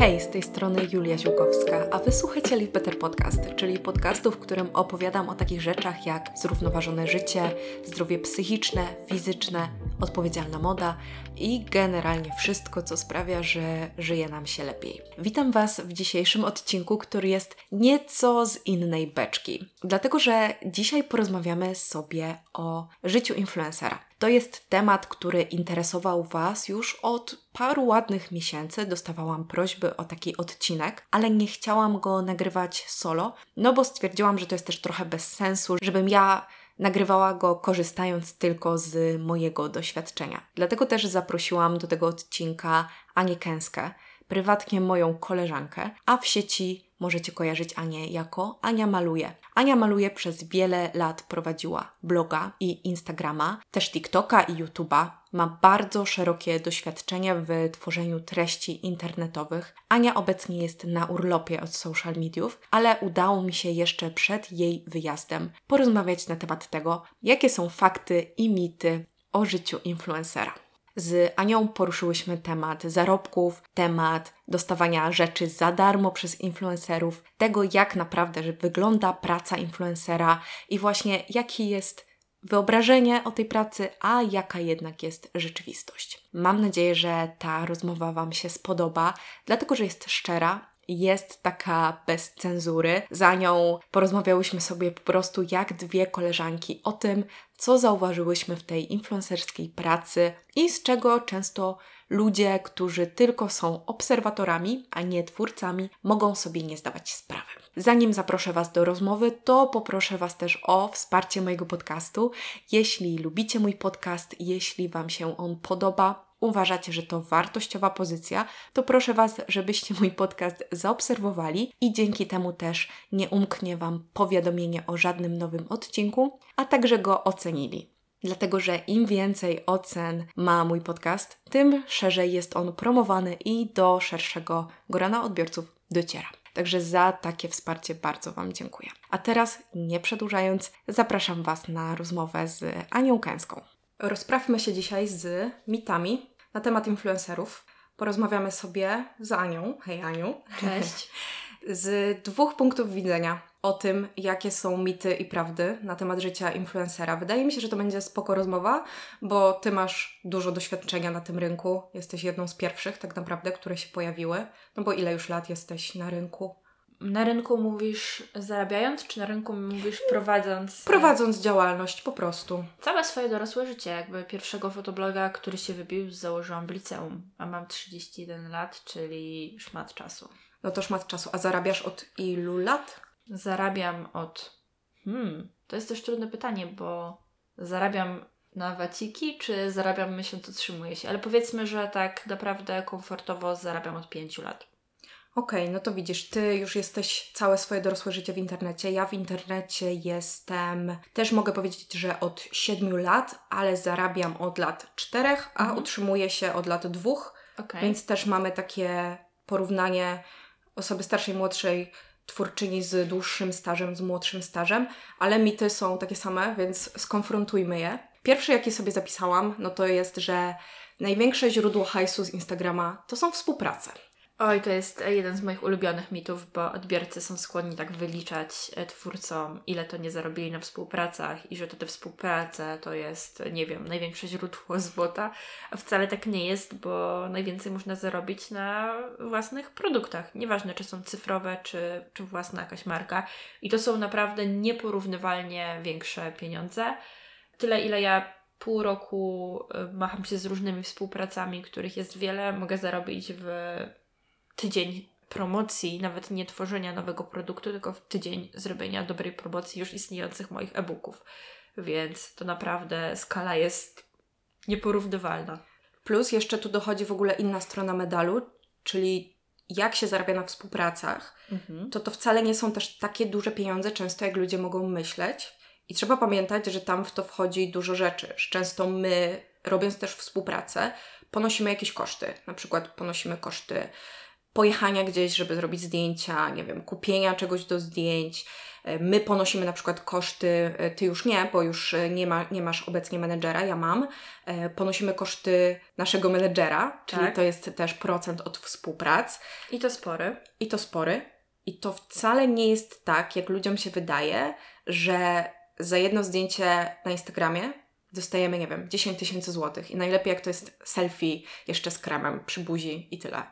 Hej, z tej strony Julia Ziłkowska, a wy słuchacie Live Better Podcast, czyli podcastu, w którym opowiadam o takich rzeczach jak zrównoważone życie, zdrowie psychiczne, fizyczne, odpowiedzialna moda i generalnie wszystko, co sprawia, że żyje nam się lepiej. Witam Was w dzisiejszym odcinku, który jest nieco z innej beczki, dlatego że dzisiaj porozmawiamy sobie o życiu influencera. To jest temat, który interesował Was już od paru ładnych miesięcy. Dostawałam prośby o taki odcinek, ale nie chciałam go nagrywać solo, no bo stwierdziłam, że to jest też trochę bez sensu, żebym ja nagrywała go korzystając tylko z mojego doświadczenia. Dlatego też zaprosiłam do tego odcinka Anię Kęskę, prywatnie moją koleżankę, a w sieci możecie kojarzyć Anię jako Ania Maluje. Ania Maluje przez wiele lat prowadziła bloga i Instagrama, też TikToka i YouTube'a. Ma bardzo szerokie doświadczenie w tworzeniu treści internetowych. Ania obecnie jest na urlopie od social mediów, ale udało mi się jeszcze przed jej wyjazdem porozmawiać na temat tego, jakie są fakty i mity o życiu influencera. Z Anią poruszyłyśmy temat zarobków, temat dostawania rzeczy za darmo przez influencerów, tego jak naprawdę wygląda praca influencera i właśnie jakie jest wyobrażenie o tej pracy, a jaka jednak jest rzeczywistość. Mam nadzieję, że ta rozmowa Wam się spodoba, dlatego że jest szczera, jest taka bez cenzury. Za nią porozmawiałyśmy sobie po prostu jak dwie koleżanki o tym, co zauważyłyśmy w tej influencerskiej pracy i z czego często ludzie, którzy tylko są obserwatorami, a nie twórcami, mogą sobie nie zdawać sprawy. Zanim zaproszę Was do rozmowy, to poproszę Was też o wsparcie mojego podcastu. Jeśli lubicie mój podcast, jeśli Wam się on podoba, uważacie, że to wartościowa pozycja, to proszę Was, żebyście mój podcast zaobserwowali i dzięki temu też nie umknie Wam powiadomienie o żadnym nowym odcinku, a także go ocenili. Dlatego, że im więcej ocen ma mój podcast, tym szerzej jest on promowany i do szerszego grona odbiorców dociera. Także za takie wsparcie bardzo Wam dziękuję. A teraz, nie przedłużając, zapraszam Was na rozmowę z Anią Kęską. Rozprawmy się dzisiaj z mitami na temat influencerów. Porozmawiamy sobie z Anią. Hej Aniu. Cześć. Z dwóch punktów widzenia o tym, jakie są mity i prawdy na temat życia influencera. Wydaje mi się, że to będzie spoko rozmowa, bo Ty masz dużo doświadczenia na tym rynku. Jesteś jedną z pierwszych tak naprawdę, które się pojawiły. No bo ile już lat jesteś na rynku? Na rynku mówisz zarabiając, czy na rynku mówisz prowadząc? Prowadząc działalność po prostu. Całe swoje dorosłe życie. Jakby pierwszego fotobloga, który się wybił, założyłam w liceum. A mam 31 lat, czyli szmat czasu. No to szmat czasu. A zarabiasz od ilu lat? Zarabiam od... To jest też trudne pytanie, bo zarabiam na waciki, czy zarabiam miesiąc utrzymuję się? Ale powiedzmy, że tak naprawdę komfortowo zarabiam od 5 lat. Okej, no to widzisz, Ty już jesteś całe swoje dorosłe życie w internecie. Ja w internecie jestem, też mogę powiedzieć, że od 7 lat, ale zarabiam od lat 4, a utrzymuję się od lat 2. Więc też mamy takie porównanie osoby starszej, młodszej, twórczyni z dłuższym stażem, z młodszym stażem, ale mity są takie same, więc skonfrontujmy je. Pierwszy, jaki sobie zapisałam, no to jest, że największe źródło hajsu z Instagrama to są współprace. Oj, to jest jeden z moich ulubionych mitów, bo odbiorcy są skłonni tak wyliczać twórcom, ile to nie zarobili na współpracach i że to te współprace to jest, nie wiem, największe źródło złota, a wcale tak nie jest, bo najwięcej można zarobić na własnych produktach. Nieważne, czy są cyfrowe, czy własna jakaś marka. I to są naprawdę nieporównywalnie większe pieniądze. Tyle, ile ja pół roku macham się z różnymi współpracami, których jest wiele, mogę zarobić w tydzień promocji, nawet nie tworzenia nowego produktu, tylko w tydzień zrobienia dobrej promocji już istniejących moich e-booków. Więc to naprawdę skala jest nieporównywalna. Plus jeszcze tu dochodzi w ogóle inna strona medalu, czyli jak się zarabia na współpracach, to wcale nie są też takie duże pieniądze często, jak ludzie mogą myśleć. I trzeba pamiętać, że tam w to wchodzi dużo rzeczy. Że często my, robiąc też współpracę, ponosimy jakieś koszty. Na przykład ponosimy koszty pojechania gdzieś, żeby zrobić zdjęcia, nie wiem, kupienia czegoś do zdjęć, My ponosimy na przykład koszty, Ty już nie, bo już nie masz obecnie menedżera, ja mam. Ponosimy koszty naszego menedżera, czyli Tak. to jest też procent od współprac. I to spory. I to wcale nie jest tak, jak ludziom się wydaje, że za jedno zdjęcie na Instagramie dostajemy, nie wiem, 10 000 złotych. I najlepiej jak to jest selfie jeszcze z kremem przy buzi i tyle.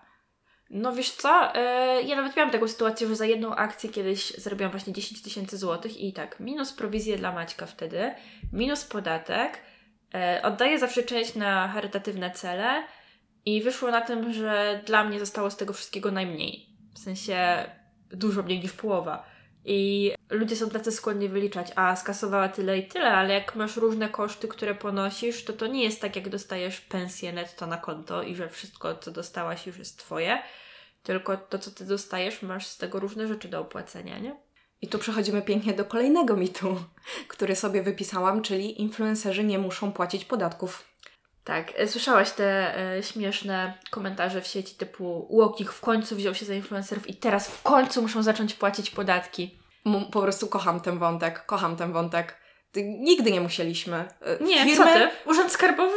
No wiesz co, ja nawet miałam taką sytuację, że za jedną akcję kiedyś zarobiłam właśnie 10 000 złotych i tak, minus prowizję dla Maćka wtedy, minus podatek, oddaję zawsze część na charytatywne cele i wyszło na tym, że dla mnie zostało z tego wszystkiego najmniej. W sensie dużo mniej niż połowa. I ludzie są tacy skłonni wyliczać, a skasowała tyle i tyle, ale jak masz różne koszty, które ponosisz, to nie jest tak, jak dostajesz pensję netto na konto i że wszystko, co dostałaś, już jest twoje, tylko to, co ty dostajesz, masz z tego różne rzeczy do opłacenia, nie? I tu przechodzimy pięknie do kolejnego mitu, który sobie wypisałam, czyli influencerzy nie muszą płacić podatków. Tak, słyszałaś te śmieszne komentarze w sieci typu Łokik w końcu wziął się za influencerów i teraz w końcu muszą zacząć płacić podatki. Po prostu kocham ten wątek. Nigdy nie musieliśmy. Nie, co ty? Urząd Skarbowy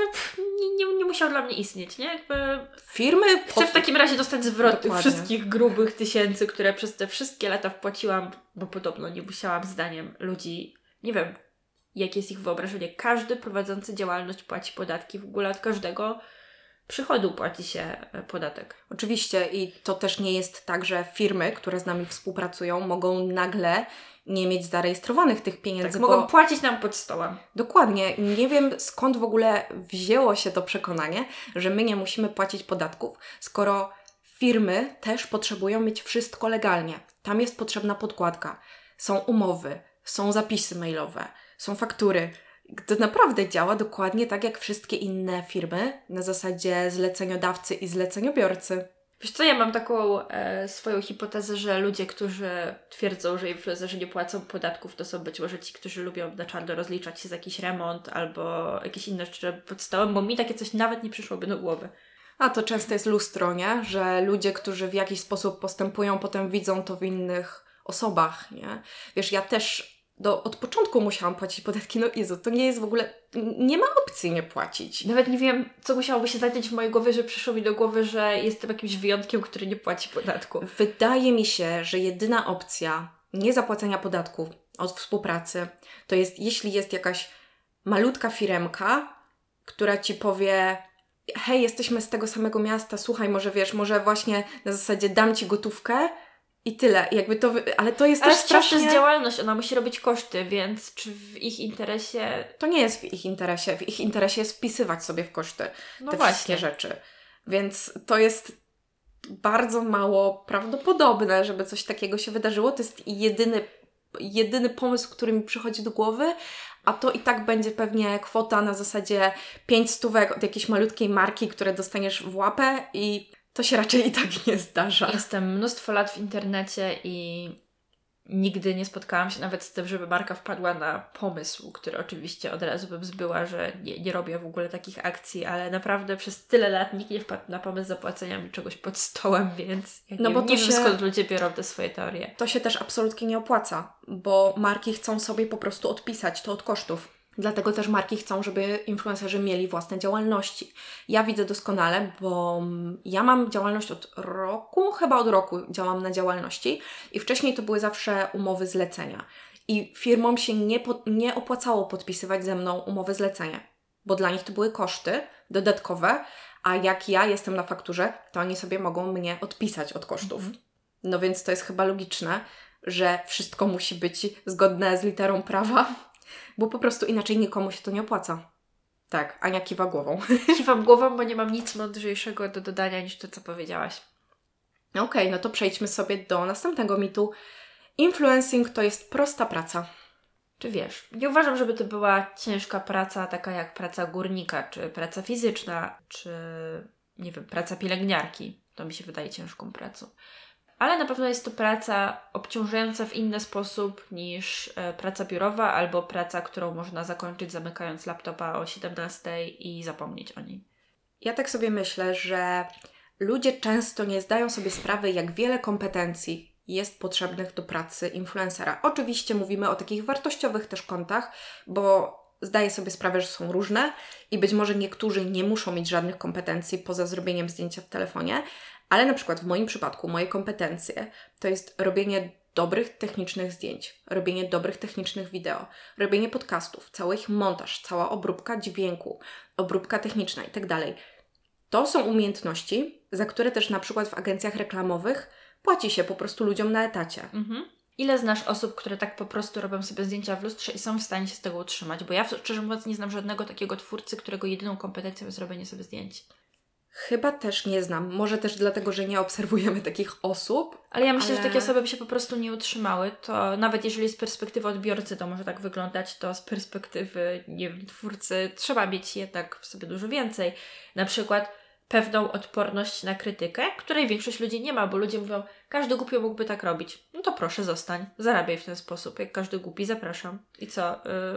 nie musiał dla mnie istnieć, nie? Firmy... Chcę w takim razie dostać zwrot tych Dokładnie. wszystkich grubych tysięcy, które przez te wszystkie lata wpłaciłam, bo podobno nie musiałam zdaniem ludzi, nie wiem, jakie jest ich wyobrażenie. Każdy prowadzący działalność płaci podatki, w ogóle od każdego przychodu płaci się podatek. Oczywiście i to też nie jest tak, że firmy, które z nami współpracują, mogą nagle nie mieć zarejestrowanych tych pieniędzy. Tak, mogą płacić nam pod stołem. Dokładnie. Nie wiem, skąd w ogóle wzięło się to przekonanie, że my nie musimy płacić podatków, skoro firmy też potrzebują mieć wszystko legalnie. Tam jest potrzebna podkładka. Są umowy, są zapisy mailowe, są faktury. To naprawdę działa dokładnie tak jak wszystkie inne firmy na zasadzie zleceniodawcy i zleceniobiorcy. Wiesz co, ja mam taką swoją hipotezę, że ludzie, którzy twierdzą, że influencerzy nie płacą podatków, to są być może ci, którzy lubią na czarno rozliczać się za jakiś remont albo jakieś inne rzeczy pod stołem, bo mi takie coś nawet nie przyszłoby do głowy. A to często jest lustro, nie? Że ludzie, którzy w jakiś sposób postępują, potem widzą to w innych osobach, nie? Wiesz, ja też od początku musiałam płacić podatki. No Jezu, to nie jest w ogóle... Nie ma opcji nie płacić. Nawet nie wiem, co musiałoby się zadziać w mojej głowie, że przyszło mi do głowy, że jestem jakimś wyjątkiem, który nie płaci podatku. Wydaje mi się, że jedyna opcja niezapłacenia podatków od współpracy to jest, jeśli jest jakaś malutka firemka, która Ci powie: hej, jesteśmy z tego samego miasta, słuchaj, może wiesz, może właśnie na zasadzie dam Ci gotówkę i tyle. Jakby to, ale to jest Ale też wciąż to strasznie... jest działalność, ona musi robić koszty, więc czy w ich interesie... To nie jest w ich interesie. W ich interesie jest wpisywać sobie w koszty te wszystkie rzeczy. Więc to jest bardzo mało prawdopodobne, żeby coś takiego się wydarzyło. To jest jedyny pomysł, który mi przychodzi do głowy, a to i tak będzie pewnie kwota na zasadzie 5 stówek od jakiejś malutkiej marki, które dostaniesz w łapę i to się raczej i tak nie zdarza. Jestem mnóstwo lat w internecie i nigdy nie spotkałam się nawet z tym, żeby marka wpadła na pomysł, który oczywiście od razu bym zbyła, że nie robię w ogóle takich akcji, ale naprawdę przez tyle lat nikt nie wpadł na pomysł zapłacenia mi czegoś pod stołem, więc ja nie wiem skąd ludzie biorą te swoje teorie. To się też absolutnie nie opłaca, bo marki chcą sobie po prostu odpisać to od kosztów. Dlatego też marki chcą, żeby influencerzy mieli własne działalności. Ja widzę doskonale, bo ja mam działalność od roku działam na działalności i wcześniej to były zawsze umowy zlecenia. I firmom się nie opłacało podpisywać ze mną umowy zlecenia, bo dla nich to były koszty dodatkowe, a jak ja jestem na fakturze, to oni sobie mogą mnie odpisać od kosztów. No więc to jest chyba logiczne, że wszystko musi być zgodne z literą prawa, bo po prostu inaczej nikomu się to nie opłaca. Tak, Ania kiwa głową. Kiwam głową, bo nie mam nic mądrzejszego do dodania niż to, co powiedziałaś. Okej, no to przejdźmy sobie do następnego mitu. Influencing to jest prosta praca. Czy wiesz, nie uważam, żeby to była ciężka praca, taka jak praca górnika, czy praca fizyczna, czy nie wiem, praca pielęgniarki. To mi się wydaje ciężką pracą. Ale na pewno jest to praca obciążająca w inny sposób niż praca biurowa albo praca, którą można zakończyć zamykając laptopa o 17 i zapomnieć o niej. Ja tak sobie myślę, że ludzie często nie zdają sobie sprawy, jak wiele kompetencji jest potrzebnych do pracy influencera. Oczywiście mówimy o takich wartościowych też kontach, bo zdaję sobie sprawę, że są różne i być może niektórzy nie muszą mieć żadnych kompetencji poza zrobieniem zdjęcia w telefonie, ale na przykład w moim przypadku moje kompetencje to jest robienie dobrych technicznych zdjęć, robienie dobrych technicznych wideo, robienie podcastów, cały ich montaż, cała obróbka dźwięku, obróbka techniczna itd. To są umiejętności, za które też na przykład w agencjach reklamowych płaci się po prostu ludziom na etacie. Ile znasz osób, które tak po prostu robią sobie zdjęcia w lustrze i są w stanie się z tego utrzymać? Bo ja szczerze mówiąc nie znam żadnego takiego twórcy, którego jedyną kompetencją jest robienie sobie zdjęć. Chyba też nie znam. Może też dlatego, że nie obserwujemy takich osób. Ale ja myślę, że takie osoby by się po prostu nie utrzymały. To nawet jeżeli z perspektywy odbiorcy to może tak wyglądać, to z perspektywy, nie wiem, twórcy trzeba mieć jednak w sobie dużo więcej. Na przykład pewną odporność na krytykę, której większość ludzi nie ma, bo ludzie mówią, każdy głupi mógłby tak robić. No to proszę, zostań, zarabiaj w ten sposób. Jak każdy głupi, zapraszam. I co?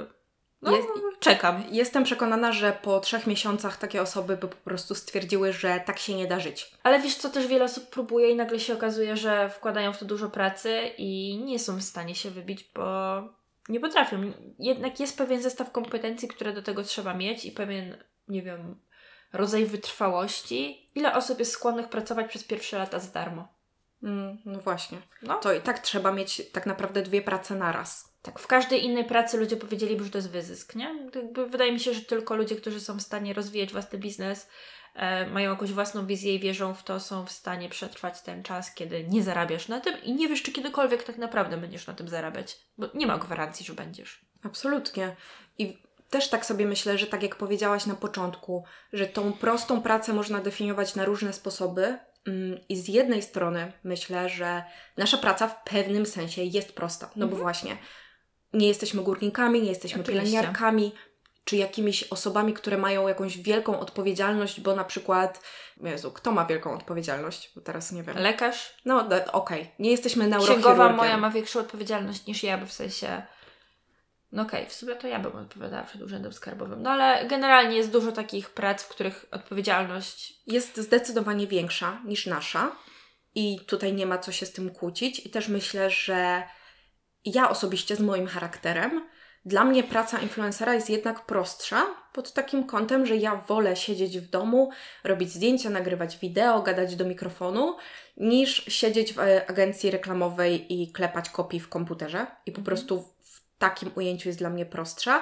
Czekam. Jestem przekonana, że po 3 miesiącach takie osoby by po prostu stwierdziły, że tak się nie da żyć. Ale wiesz co, też wiele osób próbuje i nagle się okazuje, że wkładają w to dużo pracy i nie są w stanie się wybić, bo nie potrafią. Jednak jest pewien zestaw kompetencji, które do tego trzeba mieć i pewien, nie wiem, rodzaj wytrwałości. Ile osób jest skłonnych pracować przez pierwsze lata za darmo? No właśnie. No. To i tak trzeba mieć tak naprawdę 2 prace naraz. Tak, w każdej innej pracy ludzie powiedzieliby, że to jest wyzysk, nie? Jakby wydaje mi się, że tylko ludzie, którzy są w stanie rozwijać własny biznes, mają jakąś własną wizję i wierzą w to, są w stanie przetrwać ten czas, kiedy nie zarabiasz na tym i nie wiesz, czy kiedykolwiek tak naprawdę będziesz na tym zarabiać, bo nie ma gwarancji, że będziesz. Absolutnie. I też tak sobie myślę, że tak jak powiedziałaś na początku, że tą prostą pracę można definiować na różne sposoby. I z jednej strony myślę, że nasza praca w pewnym sensie jest prosta. No bo właśnie nie jesteśmy górnikami, nie jesteśmy pielęgniarkami, czy jakimiś osobami, które mają jakąś wielką odpowiedzialność, bo na przykład, Jezu, kto ma wielką odpowiedzialność? Bo teraz nie wiem. Lekarz? No okej. Nie jesteśmy neurochirurgiem. Księgowa moja ma większą odpowiedzialność niż ja, bo w sensie... No okej, w sumie to ja bym odpowiadała przed Urzędem Skarbowym. No ale generalnie jest dużo takich prac, w których odpowiedzialność jest zdecydowanie większa niż nasza i tutaj nie ma co się z tym kłócić. I też myślę, że ja osobiście z moim charakterem, dla mnie praca influencera jest jednak prostsza pod takim kątem, że ja wolę siedzieć w domu, robić zdjęcia, nagrywać wideo, gadać do mikrofonu, niż siedzieć w agencji reklamowej i klepać kopii w komputerze. I po prostu w takim ujęciu jest dla mnie prostsza.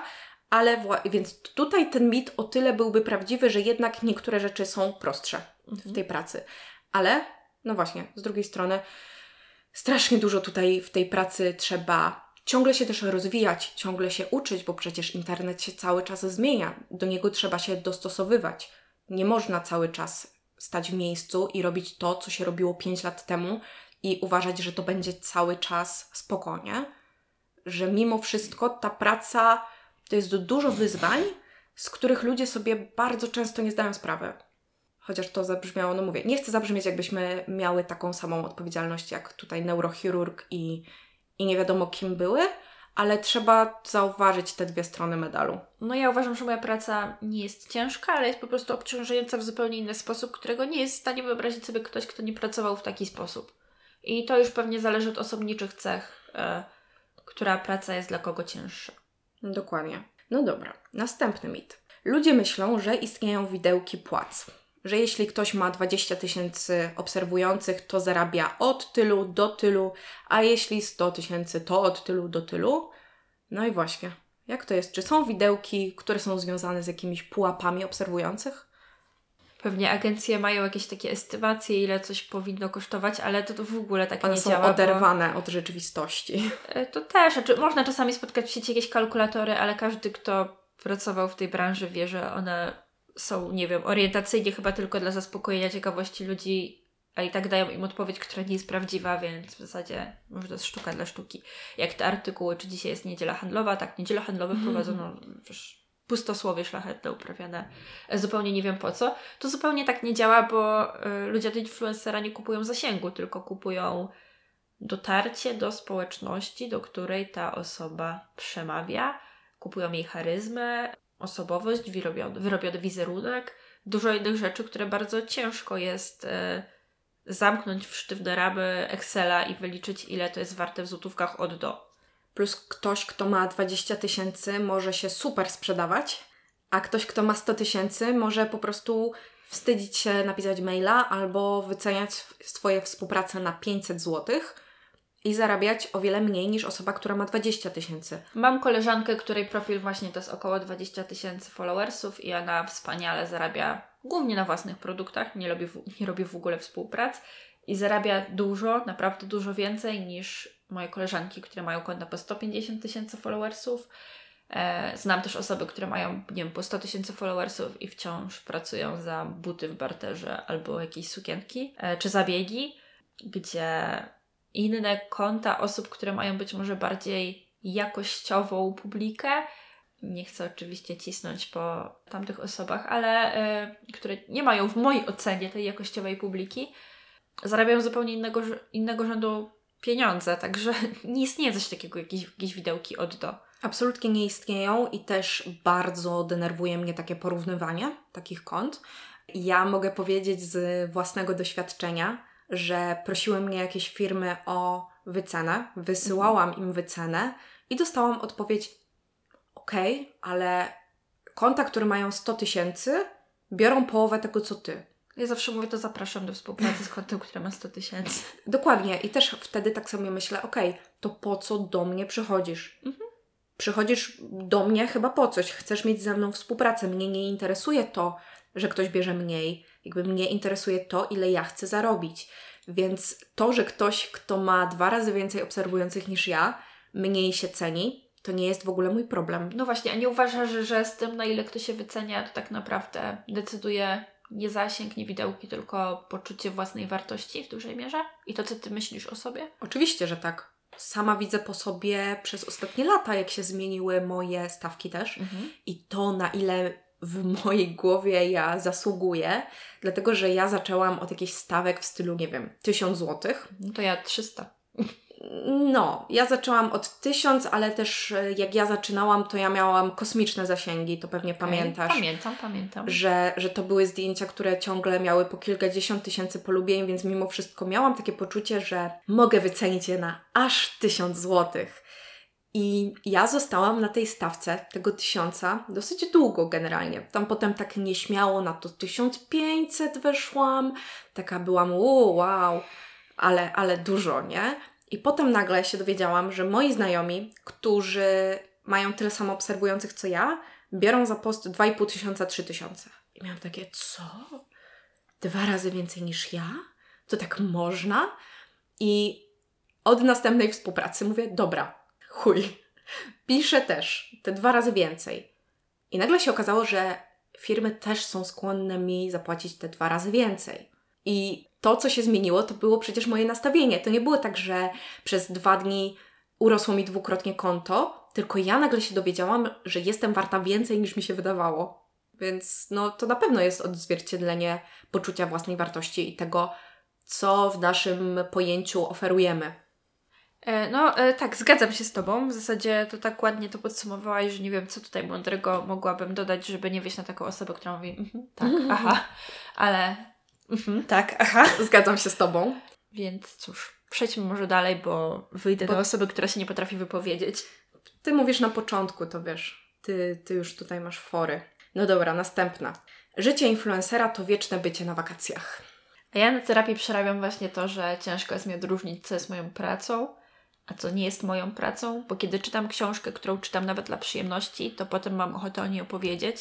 Więc tutaj ten mit o tyle byłby prawdziwy, że jednak niektóre rzeczy są prostsze w tej pracy. Ale, no właśnie, z drugiej strony strasznie dużo tutaj w tej pracy trzeba ciągle się też rozwijać, ciągle się uczyć, bo przecież internet się cały czas zmienia. Do niego trzeba się dostosowywać. Nie można cały czas stać w miejscu i robić to, co się robiło 5 lat temu i uważać, że to będzie cały czas spokojnie. Że mimo wszystko ta praca to jest dużo wyzwań, z których ludzie sobie bardzo często nie zdają sprawy. Chociaż to zabrzmiało, no mówię, nie chcę zabrzmieć, jakbyśmy miały taką samą odpowiedzialność jak tutaj neurochirurg i nie wiadomo kim były, ale trzeba zauważyć te 2 strony medalu. No ja uważam, że moja praca nie jest ciężka, ale jest po prostu obciążająca w zupełnie inny sposób, którego nie jest w stanie wyobrazić sobie ktoś, kto nie pracował w taki sposób. I to już pewnie zależy od osobniczych cech, która praca jest dla kogo cięższa. Dokładnie. No dobra, następny mit. Ludzie myślą, że istnieją widełki płac. Że jeśli ktoś ma 20 000 obserwujących, to zarabia od tylu do tylu, a jeśli 100 000, to od tylu do tylu. No i właśnie, jak to jest? Czy są widełki, które są związane z jakimiś pułapami obserwujących? Pewnie agencje mają jakieś takie estymacje, ile coś powinno kosztować, ale to w ogóle tak nie działa. One są oderwane od rzeczywistości. To też. Można czasami spotkać w sieci jakieś kalkulatory, ale każdy, kto pracował w tej branży, wie, że one są, nie wiem, orientacyjnie chyba tylko dla zaspokojenia ciekawości ludzi, a i tak dają im odpowiedź, która nie jest prawdziwa, więc w zasadzie może to jest sztuka dla sztuki. Jak te artykuły, czy dzisiaj jest niedziela handlowa, tak, niedziela handlowe wprowadzono pustosłowie szlachetne uprawiane zupełnie nie wiem po co. To zupełnie tak nie działa, bo ludzie od influencera nie kupują zasięgu, tylko kupują dotarcie do społeczności, do której ta osoba przemawia. Kupują jej charyzmę, osobowość, wyrobiony wizerunek, dużo innych rzeczy, które bardzo ciężko jest zamknąć w sztywne ramy Excela i wyliczyć, ile to jest warte w złotówkach od do. Plus ktoś, kto ma 20 000 może się super sprzedawać, a ktoś, kto ma 100 000 może po prostu wstydzić się napisać maila albo wyceniać swoje współpracę na 500 zł i zarabiać o wiele mniej niż osoba, która ma 20 000. Mam koleżankę, której profil właśnie to jest około 20 000 followersów i ona wspaniale zarabia głównie na własnych produktach, nie robi w ogóle współprac i zarabia dużo, naprawdę dużo więcej niż moje koleżanki, które mają konta po 150 000 followersów. Znam też osoby, które mają, nie wiem, po 100 000 followersów i wciąż pracują za buty w barterze albo jakieś sukienki, czy zabiegi, gdzie inne konta osób, które mają być może bardziej jakościową publikę, nie chcę oczywiście cisnąć po tamtych osobach, ale które nie mają w mojej ocenie tej jakościowej publiki, zarabiają zupełnie innego rzędu pieniądze, także nie istnieje coś takiego, jakieś widełki od do. Absolutnie nie istnieją i też bardzo denerwuje mnie takie porównywanie takich kont. Ja mogę powiedzieć z własnego doświadczenia, że prosiły mnie jakieś firmy o wycenę, wysyłałam im wycenę i dostałam odpowiedź: okej, ale konta, które mają 100 000, biorą połowę tego, co ty. Ja zawsze mówię, to zapraszam do współpracy z kontem, które ma 100 000. Dokładnie. I też wtedy tak sobie myślę, okej, to po co do mnie przychodzisz? Przychodzisz do mnie chyba po coś. Chcesz mieć ze mną współpracę. Mnie nie interesuje to, że ktoś bierze mniej. Jakby mnie interesuje to, ile ja chcę zarobić. Więc to, że ktoś, kto ma 2 razy więcej obserwujących niż ja, mniej się ceni, to nie jest w ogóle mój problem. No właśnie, a nie uważasz, że z tym, na ile kto się wycenia, to tak naprawdę decyduje nie zasięg, nie widełki, tylko poczucie własnej wartości w dużej mierze? I to, co ty myślisz o sobie? Oczywiście, że tak. Sama widzę po sobie przez ostatnie lata, jak się zmieniły moje stawki też i to, na ile w mojej głowie ja zasługuję, dlatego, że ja zaczęłam od jakichś stawek w stylu, nie wiem, 1000 zł. No to ja 300. No, ja zaczęłam od 1000, ale też jak ja zaczynałam, to ja miałam kosmiczne zasięgi, to pewnie pamiętasz. Pamiętam. Że to były zdjęcia, które ciągle miały po kilkadziesiąt tysięcy polubień, więc mimo wszystko miałam takie poczucie, że mogę wycenić je na aż 1000 złotych. I ja zostałam na tej stawce tego 1000 dosyć długo generalnie. Tam potem tak nieśmiało na to 1500 weszłam. Taka byłam, wow, ale dużo, nie? I potem nagle się dowiedziałam, że moi znajomi, którzy mają tyle samo obserwujących co ja, biorą za post 2500, 3000. I miałam takie, co? 2 razy więcej niż ja? To tak można? I od następnej współpracy mówię, dobra, chuj, piszę też te 2 razy więcej. I nagle się okazało, że firmy też są skłonne mi zapłacić te 2 razy więcej. I to, co się zmieniło, to było przecież moje nastawienie. To nie było tak, że przez 2 dni urosło mi 2-krotnie konto, tylko ja nagle się dowiedziałam, że jestem warta więcej niż mi się wydawało. Więc no, to na pewno jest odzwierciedlenie poczucia własnej wartości i tego, co w naszym pojęciu oferujemy. Tak, zgadzam się z Tobą. W zasadzie to tak ładnie to podsumowałaś, że nie wiem, co tutaj mądrego mogłabym dodać, żeby nie wejść na taką osobę, która mówi tak, aha, ale tak, aha. Zgadzam się z Tobą. Więc cóż, przejdźmy może dalej, bo wyjdę do osoby, która się nie potrafi wypowiedzieć. Ty mówisz na początku, to wiesz, ty już tutaj masz fory. No dobra, następna. Życie influencera to wieczne bycie na wakacjach. A ja na terapii przerabiam właśnie to, że ciężko jest mi odróżnić, co jest moją pracą, a co nie jest moją pracą, bo kiedy czytam książkę, którą czytam nawet dla przyjemności, to potem mam ochotę o niej opowiedzieć,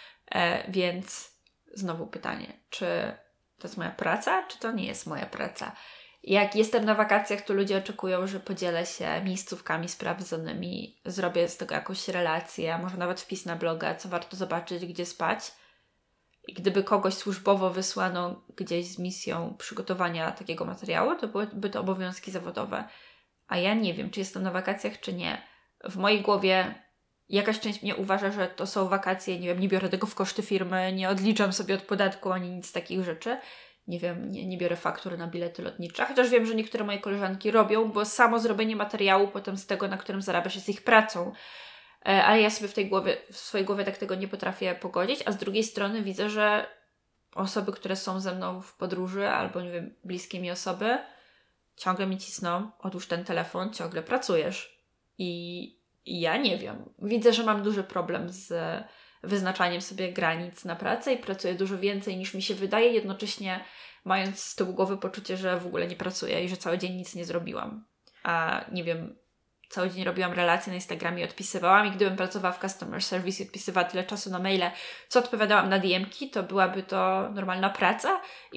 więc znowu pytanie, czy to jest moja praca, czy to nie jest moja praca? Jak jestem na wakacjach, to ludzie oczekują, że podzielę się miejscówkami sprawdzonymi, zrobię z tego jakąś relację, a może nawet wpis na bloga, co warto zobaczyć, gdzie spać. I gdyby kogoś służbowo wysłano gdzieś z misją przygotowania takiego materiału, to byłyby to obowiązki zawodowe. A ja nie wiem, czy jestem na wakacjach, czy nie. W mojej głowie jakaś część mnie uważa, że to są wakacje, nie wiem, nie biorę tego w koszty firmy, nie odliczam sobie od podatku ani nic z takich rzeczy. Nie wiem, nie biorę faktur na bilety lotnicze. Chociaż wiem, że niektóre moje koleżanki robią, bo samo zrobienie materiału potem z tego, na którym zarabiasz, jest ich pracą. Ale ja sobie w swojej głowie tak tego nie potrafię pogodzić, a z drugiej strony widzę, że osoby, które są ze mną w podróży albo, nie wiem, bliskie mi osoby, ciągle mi cisną, odłóż ten telefon, ciągle pracujesz. I ja nie wiem. Widzę, że mam duży problem z wyznaczaniem sobie granic na pracę i pracuję dużo więcej niż mi się wydaje, jednocześnie mając z tyłu głowy poczucie, że w ogóle nie pracuję i że cały dzień nic nie zrobiłam. A nie wiem, cały dzień robiłam relacje na Instagramie i odpisywałam i gdybym pracowała w customer service i odpisywała tyle czasu na maile, co odpowiadałam na DM-ki, to byłaby to normalna praca i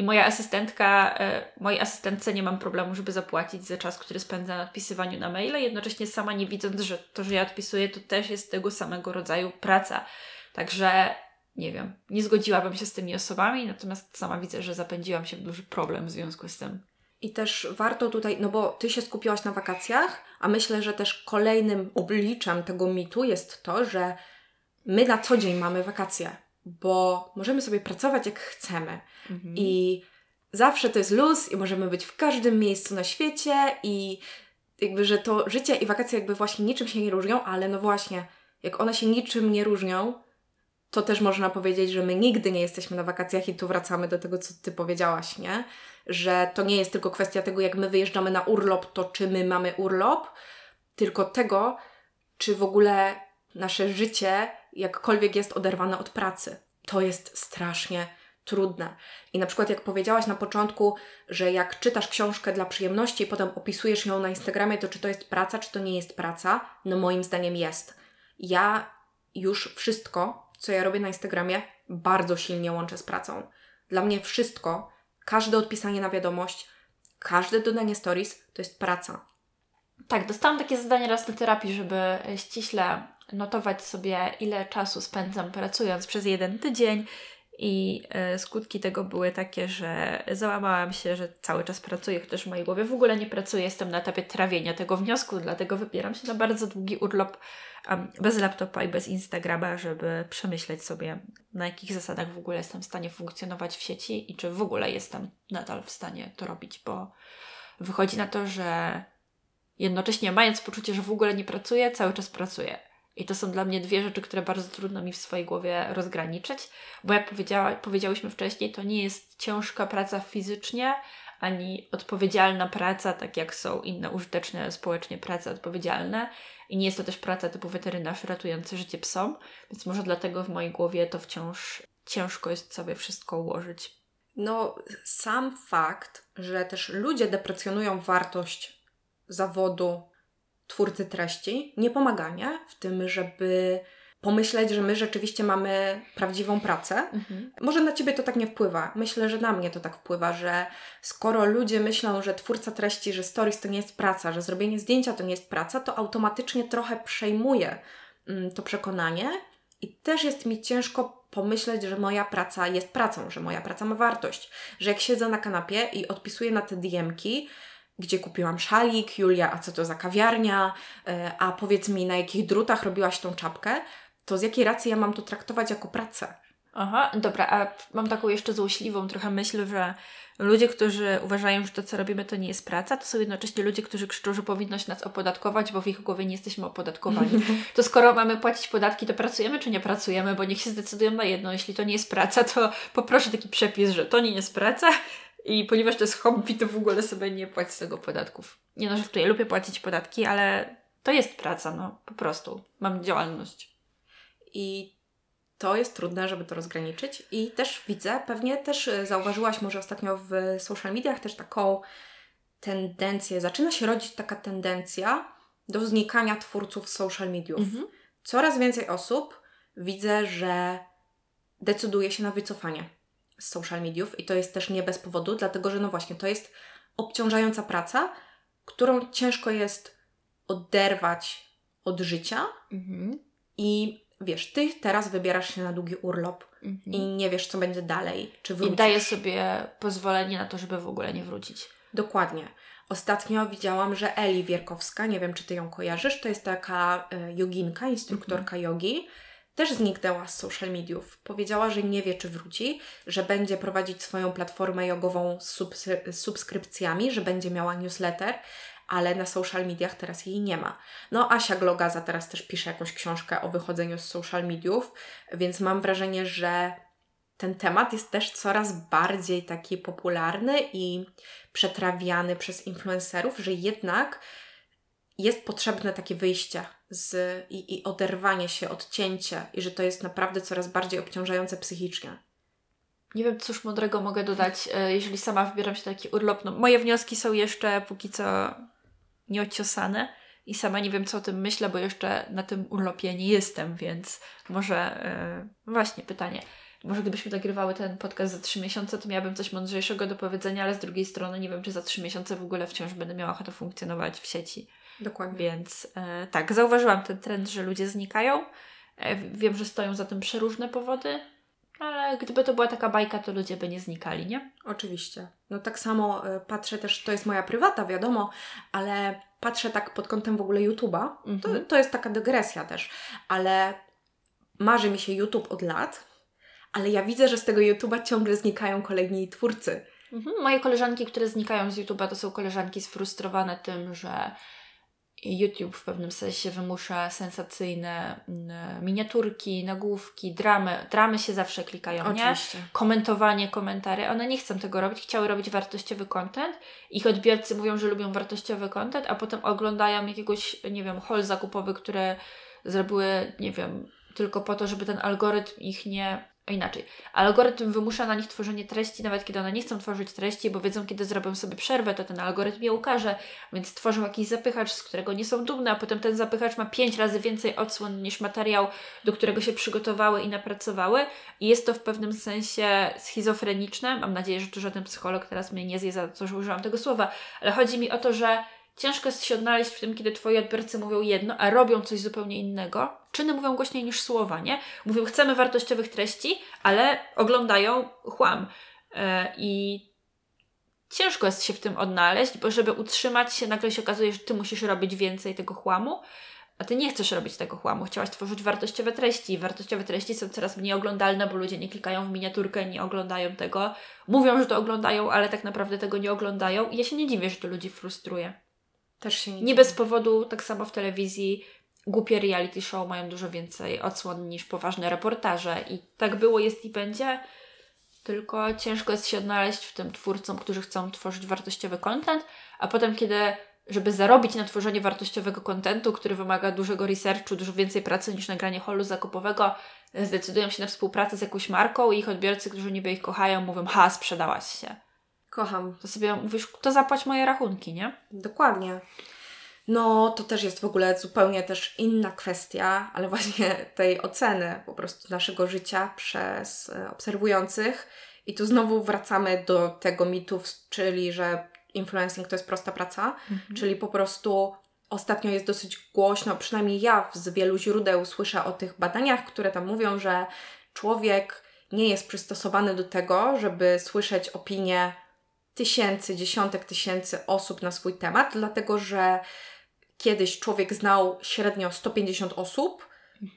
mojej asystentce nie mam problemu, żeby zapłacić za czas, który spędza na odpisywaniu na maile, jednocześnie sama nie widząc, że to, że ja odpisuję, to też jest tego samego rodzaju praca. Także nie wiem, nie zgodziłabym się z tymi osobami, natomiast sama widzę, że zapędziłam się w duży problem w związku z tym. I też warto tutaj, no bo Ty się skupiłaś na wakacjach, a myślę, że też kolejnym obliczem tego mitu jest to, że my na co dzień mamy wakacje, bo możemy sobie pracować jak chcemy i zawsze to jest luz i możemy być w każdym miejscu na świecie i jakby, że to życie i wakacje jakby właśnie niczym się nie różnią, ale no właśnie, jak one się niczym nie różnią, to też można powiedzieć, że my nigdy nie jesteśmy na wakacjach i tu wracamy do tego, co Ty powiedziałaś, nie? Że to nie jest tylko kwestia tego, jak my wyjeżdżamy na urlop, to czy my mamy urlop, tylko tego, czy w ogóle nasze życie jakkolwiek jest oderwane od pracy. To jest strasznie trudne. I na przykład jak powiedziałaś na początku, że jak czytasz książkę dla przyjemności i potem opisujesz ją na Instagramie, to czy to jest praca, czy to nie jest praca? No moim zdaniem jest. Ja już wszystko, co ja robię na Instagramie, bardzo silnie łączę z pracą. Dla mnie wszystko, każde odpisanie na wiadomość, każde dodanie stories, to jest praca. Tak, dostałam takie zadanie raz na terapii, żeby ściśle notować sobie, ile czasu spędzam pracując przez 1 tydzień i skutki tego były takie, że załamałam się, że cały czas pracuję, chociaż w mojej głowie w ogóle nie pracuję, jestem na etapie trawienia tego wniosku, dlatego wybieram się na bardzo długi urlop bez laptopa i bez Instagrama, żeby przemyśleć sobie, na jakich zasadach w ogóle jestem w stanie funkcjonować w sieci i czy w ogóle jestem nadal w stanie to robić, bo wychodzi na to, że jednocześnie mając poczucie, że w ogóle nie pracuję, cały czas pracuję. I to są dla mnie 2 rzeczy, które bardzo trudno mi w swojej głowie rozgraniczyć, bo jak powiedziałyśmy wcześniej, to nie jest ciężka praca fizycznie, ani odpowiedzialna praca, tak jak są inne użyteczne społecznie prace odpowiedzialne. I nie jest to też praca typu weterynarz ratujący życie psom, więc może dlatego w mojej głowie to wciąż ciężko jest sobie wszystko ułożyć. No, sam fakt, że też ludzie deprecjonują wartość zawodu twórcy treści, nie pomaga, nie? W tym, żeby pomyśleć, że my rzeczywiście mamy prawdziwą pracę. Może na Ciebie to tak nie wpływa. Myślę, że na mnie to tak wpływa, że skoro ludzie myślą, że twórca treści, że stories to nie jest praca, że zrobienie zdjęcia to nie jest praca, to automatycznie trochę przejmuje to przekonanie i też jest mi ciężko pomyśleć, że moja praca jest pracą, że moja praca ma wartość, że jak siedzę na kanapie i odpisuję na te DM-ki, gdzie kupiłam szalik, Julia, a co to za kawiarnia, a powiedz mi, na jakich drutach robiłaś tą czapkę, to z jakiej racji ja mam to traktować jako pracę? Aha, dobra, a mam taką jeszcze złośliwą trochę myśl, że ludzie, którzy uważają, że to, co robimy, to nie jest praca, to są jednocześnie ludzie, którzy krzyczą, że powinno się nas opodatkować, bo w ich głowie nie jesteśmy opodatkowani. To skoro mamy płacić podatki, to pracujemy czy nie pracujemy? Bo niech się zdecydują na jedno. Jeśli to nie jest praca, to poproszę taki przepis, że to nie jest praca i ponieważ to jest hobby, to w ogóle sobie nie płać z tego podatków. Nie no, że tutaj lubię płacić podatki, ale to jest praca, no po prostu. Mam działalność. I to jest trudne, żeby to rozgraniczyć. I też widzę, pewnie też zauważyłaś może ostatnio w social mediach też taką tendencję, zaczyna się rodzić taka tendencja do znikania twórców social mediów. Coraz więcej osób widzę, że decyduje się na wycofanie z social mediów i to jest też nie bez powodu, dlatego że no właśnie, to jest obciążająca praca, którą ciężko jest oderwać od życia i wiesz, Ty teraz wybierasz się na długi urlop i nie wiesz, co będzie dalej, czy wrócisz. I daję sobie pozwolenie na to, żeby w ogóle nie wrócić. Dokładnie. Ostatnio widziałam, że Eli Wierkowska, nie wiem, czy Ty ją kojarzysz, to jest taka joginka, instruktorka jogi, też zniknęła z social mediów. Powiedziała, że nie wie, czy wróci, że będzie prowadzić swoją platformę jogową z subskrypcjami, że będzie miała newsletter, ale na social mediach teraz jej nie ma. No, Asia Glogaza teraz też pisze jakąś książkę o wychodzeniu z social mediów, więc mam wrażenie, że ten temat jest też coraz bardziej taki popularny i przetrawiany przez influencerów, że jednak jest potrzebne takie wyjście i oderwanie się, odcięcie i że to jest naprawdę coraz bardziej obciążające psychicznie. Nie wiem, cóż mądrego mogę dodać, jeżeli sama wybieram się na taki urlop. No, moje wnioski są jeszcze póki co nieociosane i sama nie wiem, co o tym myślę, bo jeszcze na tym urlopie nie jestem, więc może właśnie pytanie. Może gdybyśmy nagrywały ten podcast za 3 miesiące, to miałabym coś mądrzejszego do powiedzenia, ale z drugiej strony nie wiem, czy za 3 miesiące w ogóle wciąż będę miała ochotę funkcjonować w sieci. Dokładnie. Więc tak, zauważyłam ten trend, że ludzie znikają. Wiem, że stoją za tym przeróżne powody, ale gdyby to była taka bajka, to ludzie by nie znikali, nie? Oczywiście. No tak samo patrzę też, to jest moja prywata, wiadomo, ale patrzę tak pod kątem w ogóle YouTube'a. To jest taka dygresja też, ale marzy mi się YouTube od lat, ale ja widzę, że z tego YouTube'a ciągle znikają kolejni twórcy. Moje koleżanki, które znikają z YouTube'a, to są koleżanki sfrustrowane tym, że YouTube w pewnym sensie wymusza sensacyjne miniaturki, nagłówki, dramy. Dramy się zawsze klikają, Oczywiście. Nie? Komentowanie, komentary. One nie chcą tego robić. Chciały robić wartościowy content. Ich odbiorcy mówią, że lubią wartościowy content, a potem oglądają jakiegoś, nie wiem, haul zakupowy, które zrobiły, nie wiem, tylko po to, żeby ten algorytm ich nie... Inaczej. Algorytm wymusza na nich tworzenie treści, nawet kiedy one nie chcą tworzyć treści, bo wiedzą, kiedy zrobią sobie przerwę, to ten algorytm je ukaże, więc tworzą jakiś zapychacz, z którego nie są dumne, a potem ten zapychacz ma 5 razy więcej odsłon niż materiał, do którego się przygotowały i napracowały i jest to w pewnym sensie schizofreniczne. Mam nadzieję, że tu żaden psycholog teraz mnie nie zje za to, że użyłam tego słowa, ale chodzi mi o to, że ciężko jest się odnaleźć w tym, kiedy twoi odbiorcy mówią jedno, a robią coś zupełnie innego. Czyny mówią głośniej niż słowa, nie? Mówią, chcemy wartościowych treści, ale oglądają chłam. I ciężko jest się w tym odnaleźć, bo żeby utrzymać się, nagle się okazuje, że ty musisz robić więcej tego chłamu, a ty nie chcesz robić tego chłamu. Chciałaś tworzyć wartościowe treści. Wartościowe treści są coraz mniej oglądalne, bo ludzie nie klikają w miniaturkę, nie oglądają tego. Mówią, że to oglądają, ale tak naprawdę tego nie oglądają. I ja się nie dziwię, że to ludzi frustruje. Też się nie bez powodu, tak samo w telewizji, głupie reality show mają dużo więcej odsłon niż poważne reportaże i tak było, jest i będzie, tylko ciężko jest się odnaleźć w tym twórcom, którzy chcą tworzyć wartościowy content, a potem żeby zarobić na tworzenie wartościowego contentu, który wymaga dużego researchu, dużo więcej pracy niż nagranie haulu zakupowego, zdecydują się na współpracę z jakąś marką i ich odbiorcy, którzy niby ich kochają, mówią, sprzedałaś się. Kocham. To sobie mówisz, to zapłać moje rachunki, nie? Dokładnie. No, to też jest w ogóle zupełnie też inna kwestia, ale właśnie tej oceny po prostu naszego życia przez obserwujących. I tu znowu wracamy do tego mitu, czyli że influencing to jest prosta praca, czyli po prostu ostatnio jest dosyć głośno, przynajmniej ja z wielu źródeł słyszę o tych badaniach, które tam mówią, że człowiek nie jest przystosowany do tego, żeby słyszeć opinie dziesiątek tysięcy osób na swój temat, dlatego że kiedyś człowiek znał średnio 150 osób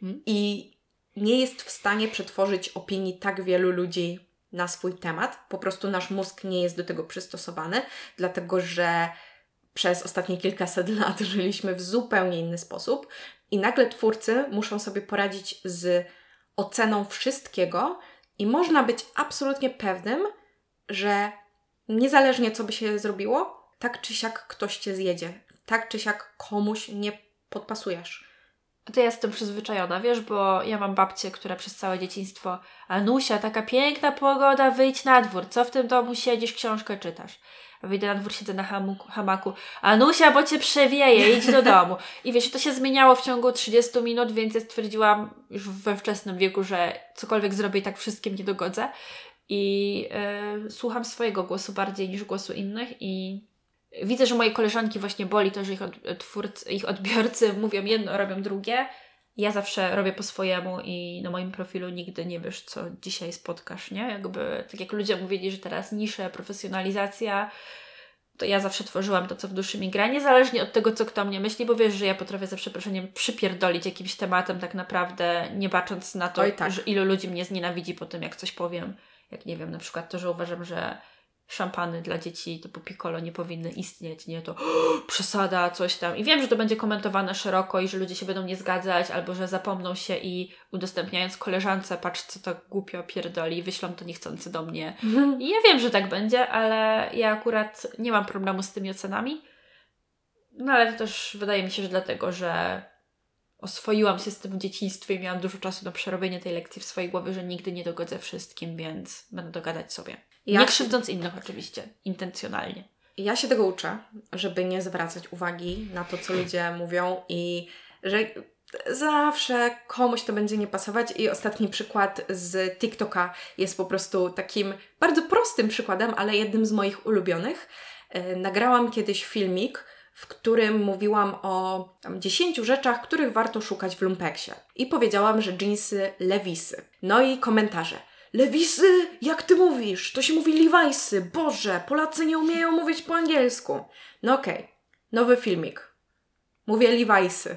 i nie jest w stanie przetworzyć opinii tak wielu ludzi na swój temat. Po prostu nasz mózg nie jest do tego przystosowany, dlatego że przez ostatnie kilkaset lat żyliśmy w zupełnie inny sposób i nagle twórcy muszą sobie poradzić z oceną wszystkiego i można być absolutnie pewnym, że niezależnie co by się zrobiło, tak czy siak ktoś Cię zjedzie. Tak czy siak komuś nie podpasujesz. To ja jestem przyzwyczajona, wiesz, bo ja mam babcię, która przez całe dzieciństwo Anusia, taka piękna pogoda, wyjdź na dwór. Co w tym domu siedzisz, książkę czytasz? A wyjdę na dwór, siedzę na hamaku. Anusia, bo Cię przewieje, idź do domu. I wiesz, to się zmieniało w ciągu 30 minut, więc ja stwierdziłam już we wczesnym wieku, że cokolwiek zrobię i tak wszystkim nie dogodzę. I słucham swojego głosu bardziej niż głosu innych i widzę, że moje koleżanki właśnie boli to, że ich odbiorcy mówią jedno, robią drugie. Ja zawsze robię po swojemu i na moim profilu nigdy nie wiesz, co dzisiaj spotkasz, nie? Jakby, tak jak ludzie mówili, że teraz nisze, profesjonalizacja, to ja zawsze tworzyłam to, co w duszy mi gra, niezależnie od tego, co kto mnie myśli, bo wiesz, że ja potrafię za przeproszeniem przypierdolić jakimś tematem tak naprawdę, nie bacząc na to, tak. że ilu ludzi mnie znienawidzi po tym, jak coś powiem. Jak nie wiem, na przykład to, że uważam, że szampany dla dzieci typu Piccolo nie powinny istnieć, nie? To przesada, coś tam. I wiem, że to będzie komentowane szeroko i że ludzie się będą nie zgadzać, albo że zapomną się i udostępniając koleżance, patrz co to głupio pierdoli, wyślą to niechcący do mnie. I ja wiem, że tak będzie, ale ja akurat nie mam problemu z tymi ocenami. No ale to też wydaje mi się, że dlatego, że oswoiłam się z tym w dzieciństwie i miałam dużo czasu na przerobienie tej lekcji w swojej głowie, że nigdy nie dogodzę wszystkim, więc będę dogadać sobie. Nie krzywdząc innych oczywiście, intencjonalnie. Ja się tego uczę, żeby nie zwracać uwagi na to, co ludzie mówią i że zawsze komuś to będzie nie pasować i ostatni przykład z TikToka jest po prostu takim bardzo prostym przykładem, ale jednym z moich ulubionych. Nagrałam kiedyś filmik, w którym mówiłam o 10 rzeczach, których warto szukać w lumpeksie. I powiedziałam, że dżinsy Levisy. No i komentarze. Lewisy? Jak ty mówisz? To się mówi Levi'sy. Boże, Polacy nie umieją mówić po angielsku. No okej. Nowy filmik. Mówię Levi'sy.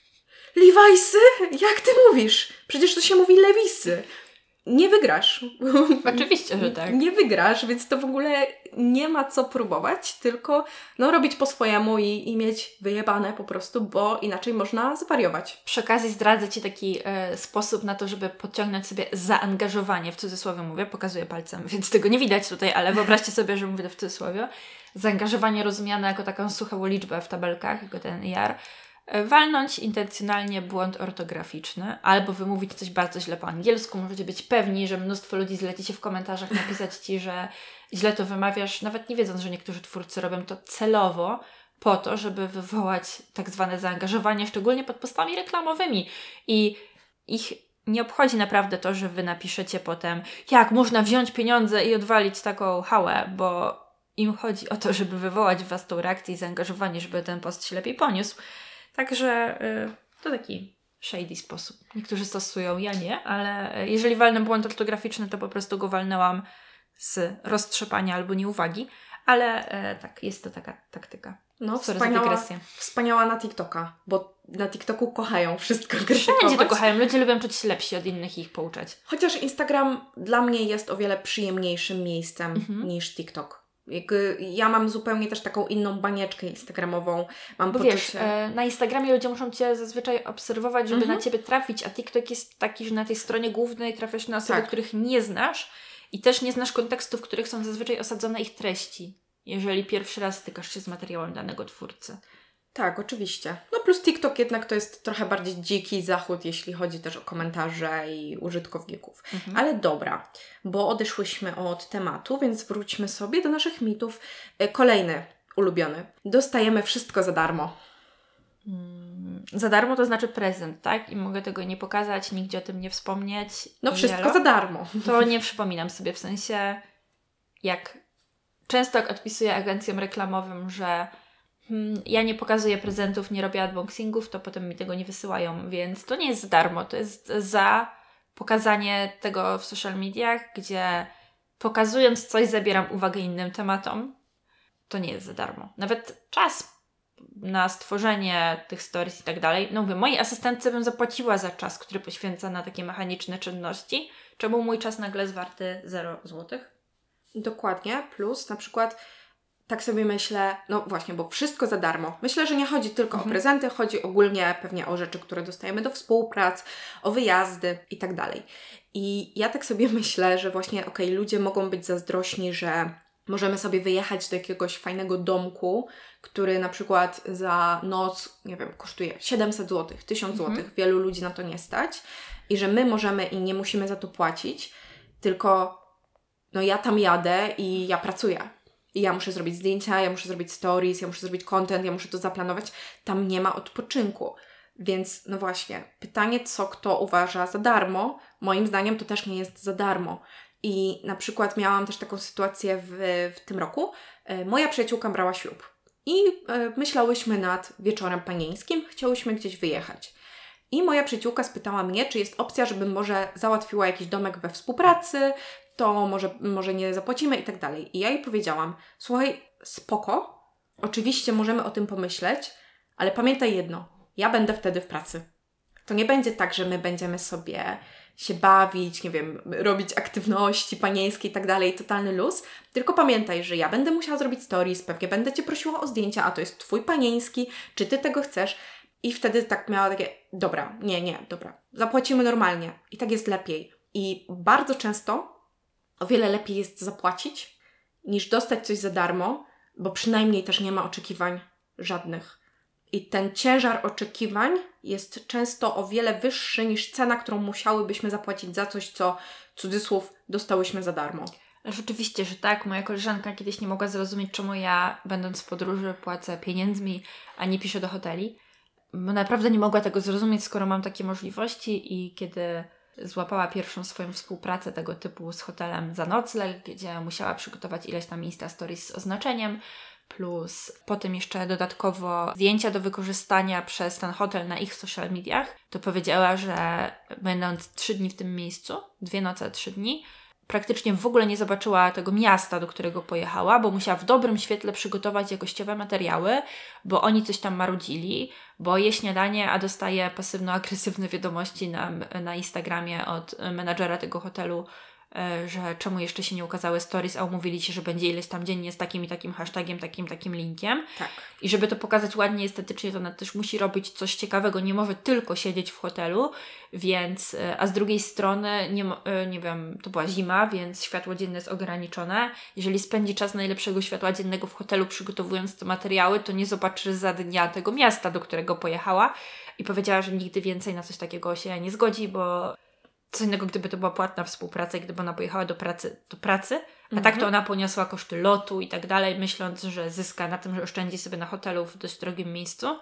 Levi'sy? Jak ty mówisz? Przecież to się mówi Lewisy. Nie wygrasz. Oczywiście, że tak. Nie wygrasz, więc to w ogóle nie ma co próbować, tylko robić po swojemu i mieć wyjebane po prostu, bo inaczej można zwariować. Przy okazji zdradzę Ci taki sposób na to, żeby podciągnąć sobie zaangażowanie, w cudzysłowie mówię, pokazuję palcem, więc tego nie widać tutaj, ale wyobraźcie sobie, że mówię to w cudzysłowie. Zaangażowanie rozumiane jako taką suchą liczbę w tabelkach, jako ten IR. Walnąć intencjonalnie błąd ortograficzny albo wymówić coś bardzo źle po angielsku. Możecie być pewni, że mnóstwo ludzi zleci się w komentarzach napisać Ci, że źle to wymawiasz, nawet nie wiedząc, że niektórzy twórcy robią to celowo po to, żeby wywołać tak zwane zaangażowanie, szczególnie pod postami reklamowymi. I ich nie obchodzi naprawdę to, że Wy napiszecie potem, jak można wziąć pieniądze i odwalić taką hałę, bo im chodzi o to, żeby wywołać w Was tą reakcję i zaangażowanie, żeby ten post się lepiej poniósł. Także to taki shady sposób. Niektórzy stosują, ja nie, ale jeżeli walnę błąd ortograficzny, to po prostu go walnęłam z roztrzepania albo nieuwagi, ale tak, jest to taka taktyka. No, wspaniała na TikToka, bo na TikToku kochają wszystko krytykować. Wszędzie to kochają, ludzie lubią czuć się lepsi od innych i ich pouczać. Chociaż Instagram dla mnie jest o wiele przyjemniejszym miejscem niż TikTok. Ja mam zupełnie też taką inną banieczkę instagramową. Mam bo poczucie... wiesz, na Instagramie ludzie muszą Cię zazwyczaj obserwować, żeby na Ciebie trafić, a TikTok jest taki, że na tej stronie głównej trafiasz na osoby, których nie znasz i też nie znasz kontekstów, w których są zazwyczaj osadzone ich treści, jeżeli pierwszy raz stykasz się z materiałem danego twórcy. Tak, oczywiście. No plus TikTok jednak to jest trochę bardziej dziki zachód, jeśli chodzi też o komentarze i użytkowników. Ale dobra, bo odeszłyśmy od tematu, więc wróćmy sobie do naszych mitów. Kolejny ulubiony. Dostajemy wszystko za darmo. Za darmo to znaczy prezent, tak? I mogę tego nie pokazać, nigdzie o tym nie wspomnieć. No wszystko za darmo. To nie przypominam sobie, w sensie jak często odpisuję agencjom reklamowym, że ja nie pokazuję prezentów, nie robię unboxingów, to potem mi tego nie wysyłają, więc to nie jest za darmo, to jest za pokazanie tego w social mediach, gdzie pokazując coś zabieram uwagę innym tematom. To nie jest za darmo. Nawet czas na stworzenie tych stories i tak dalej. No mówię, mojej asystentce bym zapłaciła za czas, który poświęca na takie mechaniczne czynności, czemu mój czas nagle jest warty 0 złotych. Dokładnie, plus na przykład tak sobie myślę, no właśnie, bo wszystko za darmo. Myślę, że nie chodzi tylko o prezenty, chodzi ogólnie pewnie o rzeczy, które dostajemy do współprac, o wyjazdy i tak dalej. I ja tak sobie myślę, że właśnie ludzie mogą być zazdrośni, że możemy sobie wyjechać do jakiegoś fajnego domku, który na przykład za noc, nie wiem, kosztuje 700 zł, 1000 zł. Wielu ludzi na to nie stać. I że my możemy i nie musimy za to płacić, tylko ja tam jadę i ja pracuję. I ja muszę zrobić zdjęcia, ja muszę zrobić stories, ja muszę zrobić content, ja muszę to zaplanować. Tam nie ma odpoczynku. Więc no właśnie, pytanie, co kto uważa za darmo, moim zdaniem to też nie jest za darmo. I na przykład miałam też taką sytuację w tym roku. Moja przyjaciółka brała ślub. I myślałyśmy nad wieczorem panieńskim, chciałyśmy gdzieś wyjechać. I moja przyjaciółka spytała mnie, czy jest opcja, żebym może załatwiła jakiś domek we współpracy, to może nie zapłacimy i tak dalej. I ja jej powiedziałam, słuchaj, spoko, oczywiście możemy o tym pomyśleć, ale pamiętaj jedno, ja będę wtedy w pracy. To nie będzie tak, że my będziemy sobie się bawić, nie wiem, robić aktywności panieńskie i tak dalej, totalny luz. Tylko pamiętaj, że ja będę musiała zrobić stories, pewnie będę Cię prosiła o zdjęcia, a to jest Twój panieński, czy Ty tego chcesz? I wtedy tak miała takie, dobra, dobra, zapłacimy normalnie. I tak jest lepiej. I bardzo często o wiele lepiej jest zapłacić, niż dostać coś za darmo, bo przynajmniej też nie ma oczekiwań żadnych. I ten ciężar oczekiwań jest często o wiele wyższy niż cena, którą musiałybyśmy zapłacić za coś, co, cudzysłów, dostałyśmy za darmo. Ależ oczywiście, że tak. Moja koleżanka kiedyś nie mogła zrozumieć, czemu ja, będąc w podróży, płacę pieniędzmi, a nie piszę do hoteli. Bo naprawdę nie mogła tego zrozumieć, skoro mam takie możliwości i kiedy złapała pierwszą swoją współpracę tego typu z hotelem za nocleg, gdzie musiała przygotować ileś tam Insta Stories z oznaczeniem, plus potem jeszcze dodatkowo zdjęcia do wykorzystania przez ten hotel na ich social mediach, to powiedziała, że będąc 3 dni w tym miejscu, 2 noce, 3 dni, praktycznie w ogóle nie zobaczyła tego miasta, do którego pojechała, bo musiała w dobrym świetle przygotować jakościowe materiały, bo oni coś tam marudzili, bo je śniadanie, a dostaje pasywno-agresywne wiadomości na Instagramie od menadżera tego hotelu, że czemu jeszcze się nie ukazały stories, a umówili się, że będzie ileś tam dziennie z takim i takim hashtagiem, takim linkiem. Tak. I żeby to pokazać ładnie, estetycznie, to ona też musi robić coś ciekawego, nie może tylko siedzieć w hotelu, więc, a z drugiej strony, nie wiem, to była zima, więc światło dzienne jest ograniczone. Jeżeli spędzi czas najlepszego światła dziennego w hotelu przygotowując te materiały, to nie zobaczy za dnia tego miasta, do którego pojechała. I powiedziała, że nigdy więcej na coś takiego się nie zgodzi, bo co innego, gdyby to była płatna współpraca i gdyby ona pojechała do pracy, a tak to ona poniosła koszty lotu i tak dalej, myśląc, że zyska na tym, że oszczędzi sobie na hotelu w dość drogim miejscu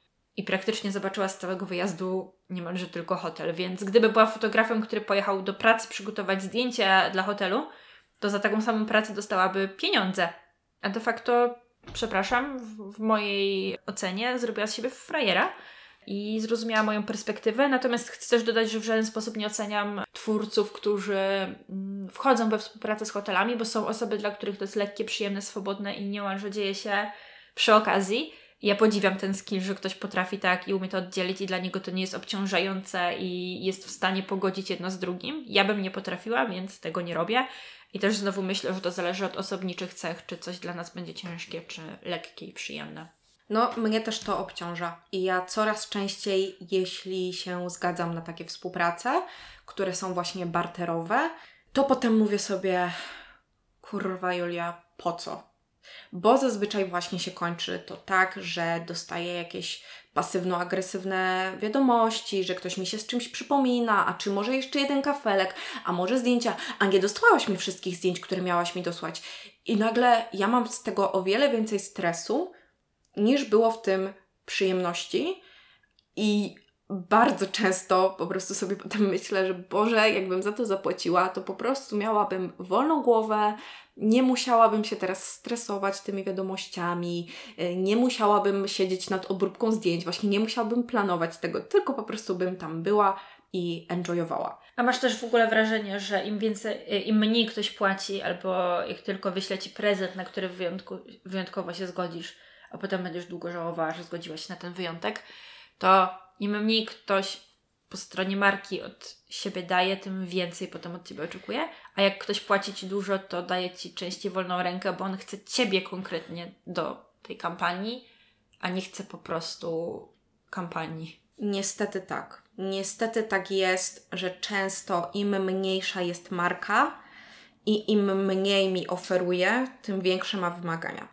i praktycznie zobaczyła z całego wyjazdu niemalże tylko hotel, więc gdyby była fotografem, który pojechał do pracy przygotować zdjęcia dla hotelu, to za taką samą pracę dostałaby pieniądze, a de facto, przepraszam, w mojej ocenie zrobiła z siebie frajera i zrozumiała moją perspektywę, natomiast chcę też dodać, że w żaden sposób nie oceniam twórców, którzy wchodzą we współpracę z hotelami, bo są osoby, dla których to jest lekkie, przyjemne, swobodne i niemalże dzieje się przy okazji. Ja podziwiam ten skill, że ktoś potrafi tak i umie to oddzielić i dla niego to nie jest obciążające i jest w stanie pogodzić jedno z drugim. Ja bym nie potrafiła, więc tego nie robię. I też znowu myślę, że to zależy od osobniczych cech, czy coś dla nas będzie ciężkie, czy lekkie i przyjemne. No, mnie też to obciąża i ja coraz częściej, jeśli się zgadzam na takie współprace, które są właśnie barterowe, to potem mówię sobie, kurwa Julia, po co? Bo zazwyczaj właśnie się kończy to tak, że dostaję jakieś pasywno-agresywne wiadomości, że ktoś mi się z czymś przypomina, a czy może jeszcze jeden kafelek, a może zdjęcia, a nie dosłałaś mi wszystkich zdjęć, które miałaś mi dosłać. I nagle ja mam z tego o wiele więcej stresu, niż było w tym przyjemności i bardzo często po prostu sobie potem myślę, że Boże, jakbym za to zapłaciła, to po prostu miałabym wolną głowę, nie musiałabym się teraz stresować tymi wiadomościami, nie musiałabym siedzieć nad obróbką zdjęć, właśnie nie musiałabym planować tego, tylko po prostu bym tam była i enjoyowała. A masz też w ogóle wrażenie, że im mniej ktoś płaci, albo jak tylko wyśle Ci prezent, na który wyjątkowo się zgodzisz, a potem będziesz długo żałowała, że zgodziłaś się na ten wyjątek, to im mniej ktoś po stronie marki od siebie daje, tym więcej potem od Ciebie oczekuje. A jak ktoś płaci Ci dużo, to daje Ci częściej wolną rękę, bo on chce Ciebie konkretnie do tej kampanii, a nie chce po prostu kampanii. Niestety tak. Niestety tak jest, że często im mniejsza jest marka i im mniej mi oferuje, tym większe ma wymagania.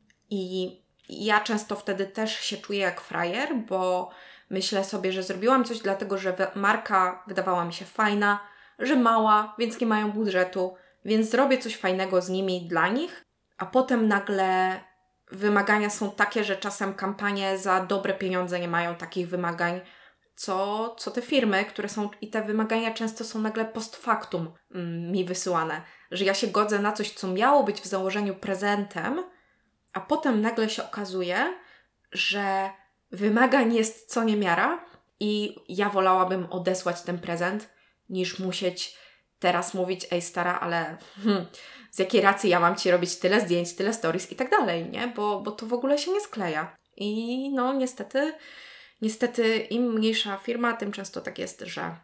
I ja często wtedy też się czuję jak frajer, bo myślę sobie, że zrobiłam coś dlatego, że marka wydawała mi się fajna, że mała, więc nie mają budżetu, więc zrobię coś fajnego z nimi i dla nich, a potem nagle wymagania są takie, że czasem kampanie za dobre pieniądze nie mają takich wymagań, co te firmy, które są, i te wymagania często są nagle post factum mi wysyłane, że ja się godzę na coś, co miało być w założeniu prezentem, a potem nagle się okazuje, że wymagań jest co niemiara i ja wolałabym odesłać ten prezent, niż musieć teraz mówić, ej stara, ale z jakiej racji ja mam Ci robić tyle zdjęć, tyle stories i tak dalej, nie? Bo to w ogóle się nie skleja. I no niestety im mniejsza firma, tym często tak jest, że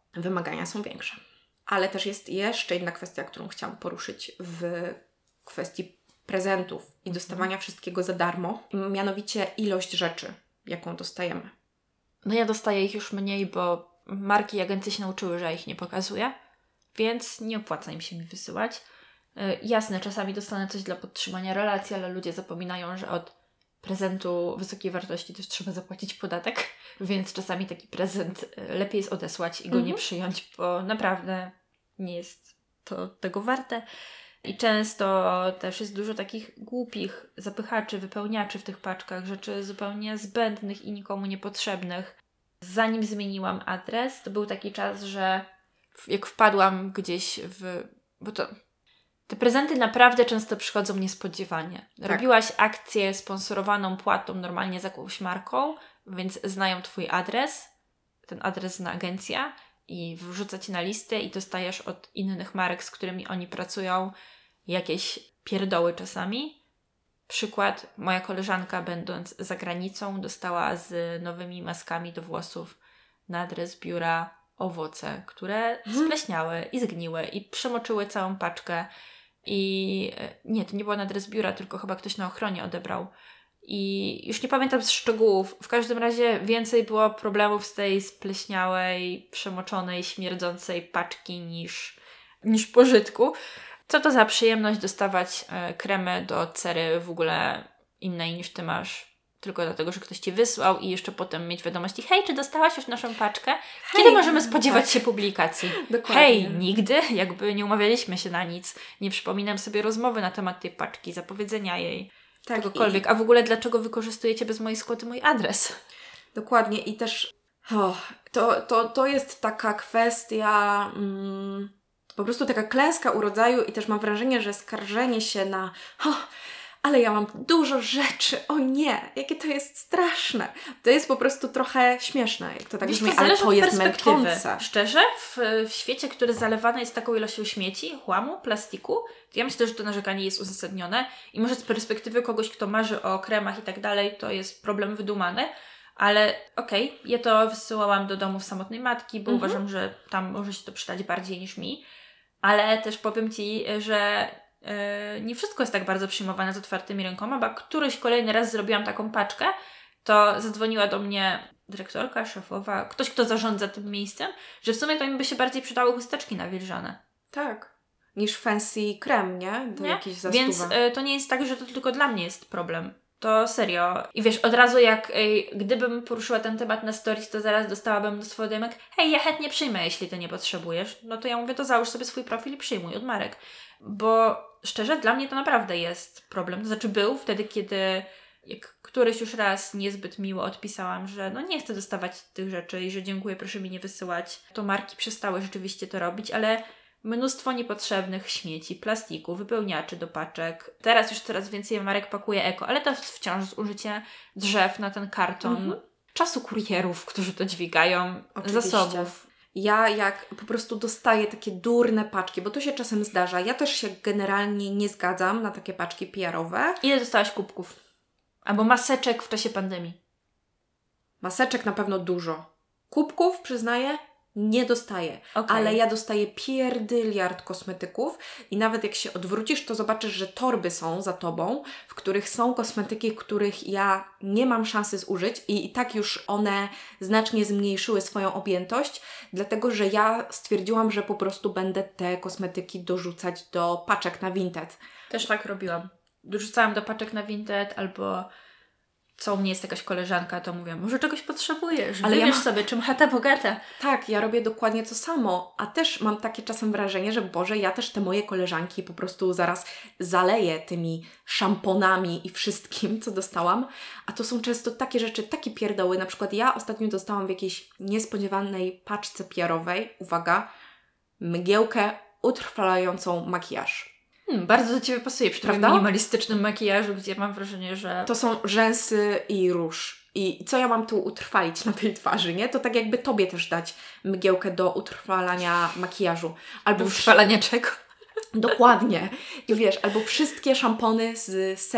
wymagania są większe. Ale też jest jeszcze inna kwestia, którą chciałam poruszyć w kwestii prezentów i dostawania wszystkiego za darmo. Mianowicie ilość rzeczy, jaką dostajemy. No ja dostaję ich już mniej, bo marki i agencje się nauczyły, że ja ich nie pokazuję, więc nie opłaca im się mi wysyłać. Jasne, czasami dostanę coś dla podtrzymania relacji, ale ludzie zapominają, że od prezentu wysokiej wartości też trzeba zapłacić podatek, więc czasami taki prezent lepiej jest odesłać i go nie przyjąć, bo naprawdę nie jest to tego warte. I często też jest dużo takich głupich zapychaczy, wypełniaczy w tych paczkach, rzeczy zupełnie zbędnych i nikomu niepotrzebnych. Zanim zmieniłam adres, to był taki czas, że jak wpadłam gdzieś bo to te prezenty naprawdę często przychodzą niespodziewanie. Tak. Robiłaś akcję sponsorowaną płatą normalnie z jakąś marką, więc znają Twój adres, ten adres zna agencja i wrzuca Cię na listę i dostajesz od innych marek, z którymi oni pracują, jakieś pierdoły czasami. Przykład, moja koleżanka będąc za granicą dostała z nowymi maskami do włosów na adres biura owoce, które spleśniały i zgniły i przemoczyły całą paczkę. I nie, to nie było na adres biura, tylko chyba ktoś na ochronie odebrał. I już nie pamiętam z szczegółów. W każdym razie więcej było problemów z tej spleśniałej, przemoczonej, śmierdzącej paczki niż pożytku. Co to za przyjemność dostawać kremy do cery w ogóle innej niż Ty masz, tylko dlatego, że ktoś Ci wysłał i jeszcze potem mieć wiadomości: hej, czy dostałaś już naszą paczkę? Kiedy możemy spodziewać się publikacji? Dokładnie. Hej, nigdy? Jakby nie umawialiśmy się na nic. Nie przypominam sobie rozmowy na temat tej paczki, zapowiedzenia jej, czegokolwiek. A w ogóle dlaczego wykorzystujecie bez mojej zgody mój adres? Dokładnie i też to jest taka kwestia... po prostu taka klęska urodzaju i też mam wrażenie, że skarżenie się na ale ja mam dużo rzeczy, o nie, jakie to jest straszne. To jest po prostu trochę śmieszne, jak to tak brzmi, ale to jest męczące. Szczerze, w świecie, który zalewany jest taką ilością śmieci, chłamu, plastiku, to ja myślę, że to narzekanie jest uzasadnione i może z perspektywy kogoś, kto marzy o kremach i tak dalej, to jest problem wydumany, ale okej, ja to wysyłałam do domów samotnej matki, bo uważam, że tam może się to przydać bardziej niż mi. Ale też powiem Ci, że nie wszystko jest tak bardzo przyjmowane z otwartymi rękoma, bo któryś kolejny raz zrobiłam taką paczkę, to zadzwoniła do mnie dyrektorka, szefowa, ktoś, kto zarządza tym miejscem, że w sumie to im by się bardziej przydały chusteczki nawilżane. Tak. Niż fancy krem, nie? Do jakiejś za Więc to nie jest tak, że to tylko dla mnie jest problem. To serio. I wiesz, od razu gdybym poruszyła ten temat na stories, to zaraz dostałabym mnóstwo demek: hej, ja chętnie przyjmę, jeśli Ty nie potrzebujesz. No to ja mówię, to załóż sobie swój profil i przyjmuj od marek. Bo szczerze, dla mnie to naprawdę jest problem. To znaczy był wtedy, kiedy jak któryś już raz niezbyt miło odpisałam, że no nie chcę dostawać tych rzeczy i że dziękuję, proszę mi nie wysyłać. To marki przestały rzeczywiście to robić, ale mnóstwo niepotrzebnych śmieci, plastiku, wypełniaczy do paczek. Teraz już coraz więcej marek pakuje eko, ale to wciąż zużycie drzew na ten karton, czasu kurierów, którzy to dźwigają, zasobów. Ja jak po prostu dostaję takie durne paczki, bo to się czasem zdarza, ja też się generalnie nie zgadzam na takie paczki PR-owe. Ile dostałaś kubków? Albo maseczek w czasie pandemii? Maseczek na pewno dużo. Kubków, przyznaję, nie dostaję. Ale ja dostaję pierdyliard kosmetyków i nawet jak się odwrócisz, to zobaczysz, że torby są za Tobą, w których są kosmetyki, których ja nie mam szansy zużyć i tak już one znacznie zmniejszyły swoją objętość, dlatego że ja stwierdziłam, że po prostu będę te kosmetyki dorzucać do paczek na Vinted. Też tak robiłam. Dorzucałam do paczek na Vinted albo co u mnie jest jakaś koleżanka, to mówię, może czegoś potrzebujesz, ale wybierz sobie, czym chata bogata. Tak, ja robię dokładnie to samo, a też mam takie czasem wrażenie, że Boże, ja też te moje koleżanki po prostu zaraz zaleję tymi szamponami i wszystkim, co dostałam, a to są często takie rzeczy, takie pierdoły. Na przykład ja ostatnio dostałam w jakiejś niespodziewanej paczce PR-owej, uwaga, mgiełkę utrwalającą makijaż. Bardzo do Ciebie pasuje przy tym minimalistycznym makijażu, gdzie mam wrażenie, że... To są rzęsy i róż. I co ja mam tu utrwalić na tej twarzy, nie? To tak jakby Tobie też dać mgiełkę do utrwalania makijażu. Albo utrwalania czego? Dokładnie. I wiesz, albo wszystkie szampony z serii.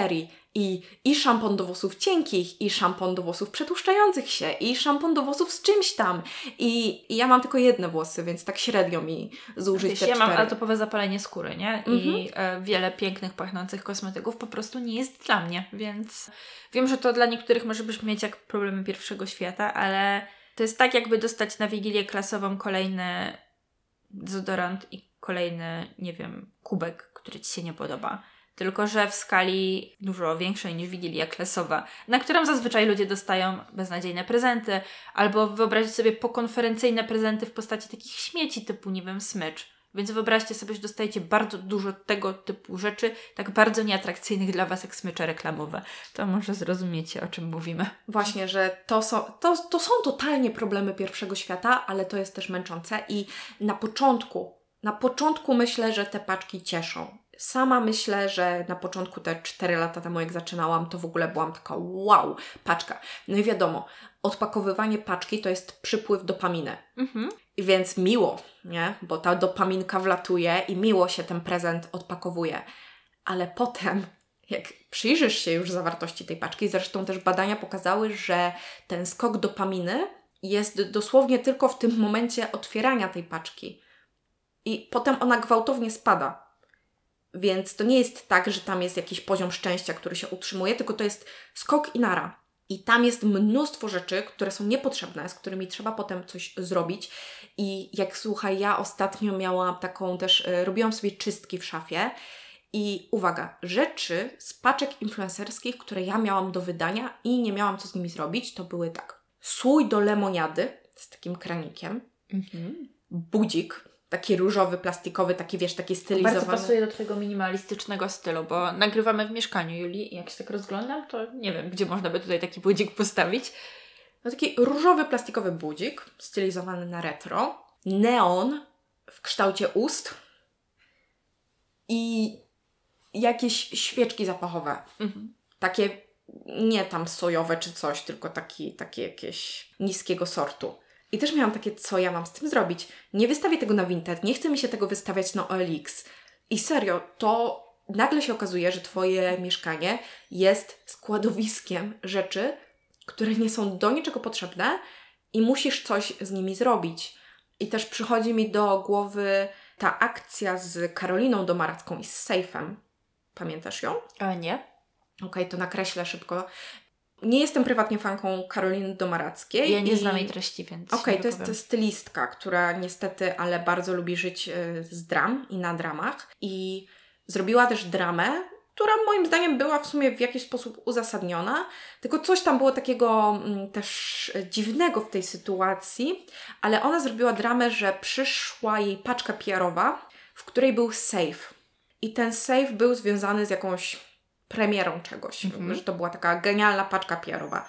I szampon do włosów cienkich, i szampon do włosów przetłuszczających się, i szampon do włosów z czymś tam. I ja mam tylko jedne włosy, więc tak średnio mi zużyć te 4. Ja mam atopowe zapalenie skóry, nie? I wiele pięknych, pachnących kosmetyków po prostu nie jest dla mnie, więc wiem, że to dla niektórych może brzmieć jak problemy pierwszego świata, ale to jest tak, jakby dostać na Wigilię klasową kolejny dezodorant i kolejny, nie wiem, kubek, który Ci się nie podoba. Tylko że w skali dużo większej niż Wigilia klasowa, na którą zazwyczaj ludzie dostają beznadziejne prezenty, albo wyobraźcie sobie pokonferencyjne prezenty w postaci takich śmieci typu, nie wiem, smycz. Więc wyobraźcie sobie, że dostajecie bardzo dużo tego typu rzeczy, tak bardzo nieatrakcyjnych dla Was jak smycze reklamowe. To może zrozumiecie, o czym mówimy. Właśnie, że to są totalnie problemy pierwszego świata, ale to jest też męczące i na początku myślę, że te paczki cieszą. Sama myślę, że na początku, te 4 lata temu jak zaczynałam, to w ogóle byłam taka wow, paczka. No i wiadomo, odpakowywanie paczki to jest przypływ dopaminy. I więc miło, nie? Bo ta dopaminka wlatuje i miło się ten prezent odpakowuje. Ale potem, jak przyjrzysz się już zawartości tej paczki, zresztą też badania pokazały, że ten skok dopaminy jest dosłownie tylko w tym momencie otwierania tej paczki. I potem ona gwałtownie spada. Więc to nie jest tak, że tam jest jakiś poziom szczęścia, który się utrzymuje, tylko to jest skok i nara. I tam jest mnóstwo rzeczy, które są niepotrzebne, z którymi trzeba potem coś zrobić. I jak słuchaj, ja ostatnio miałam taką też, robiłam sobie czystki w szafie i uwaga, rzeczy z paczek influencerskich, które ja miałam do wydania i nie miałam co z nimi zrobić, to były tak. Słój do lemoniady z takim kranikiem, budzik, taki różowy, plastikowy, taki wiesz, taki stylizowany. Bardzo pasuje do Twojego minimalistycznego stylu, bo nagrywamy w mieszkaniu Julii i jak się tak rozglądam, to nie wiem, gdzie można by tutaj taki budzik postawić. No taki różowy, plastikowy budzik, stylizowany na retro, neon w kształcie ust i jakieś świeczki zapachowe. Takie nie tam sojowe czy coś, tylko takie jakieś niskiego sortu. I też miałam takie, co ja mam z tym zrobić? Nie wystawię tego na Vinted, nie chce mi się tego wystawiać na OLX. I serio, to nagle się okazuje, że Twoje mieszkanie jest składowiskiem rzeczy, które nie są do niczego potrzebne i musisz coś z nimi zrobić. I też przychodzi mi do głowy ta akcja z Karoliną Domaracką i z Sejfem. Pamiętasz ją? Nie. Okej, to nakreślę szybko. Nie jestem prywatnie fanką Karoliny Domarackiej. Ja nie znam jej treści, więc Okej, to jest stylistka, która niestety, ale bardzo lubi żyć z dram i na dramach. I zrobiła też dramę, która moim zdaniem była w sumie w jakiś sposób uzasadniona. Tylko coś tam było takiego też dziwnego w tej sytuacji. Ale ona zrobiła dramę, że przyszła jej paczka PR-owa, w której był safe. I ten safe był związany z jakąś premierą czegoś, że to była taka genialna paczka PR-owa.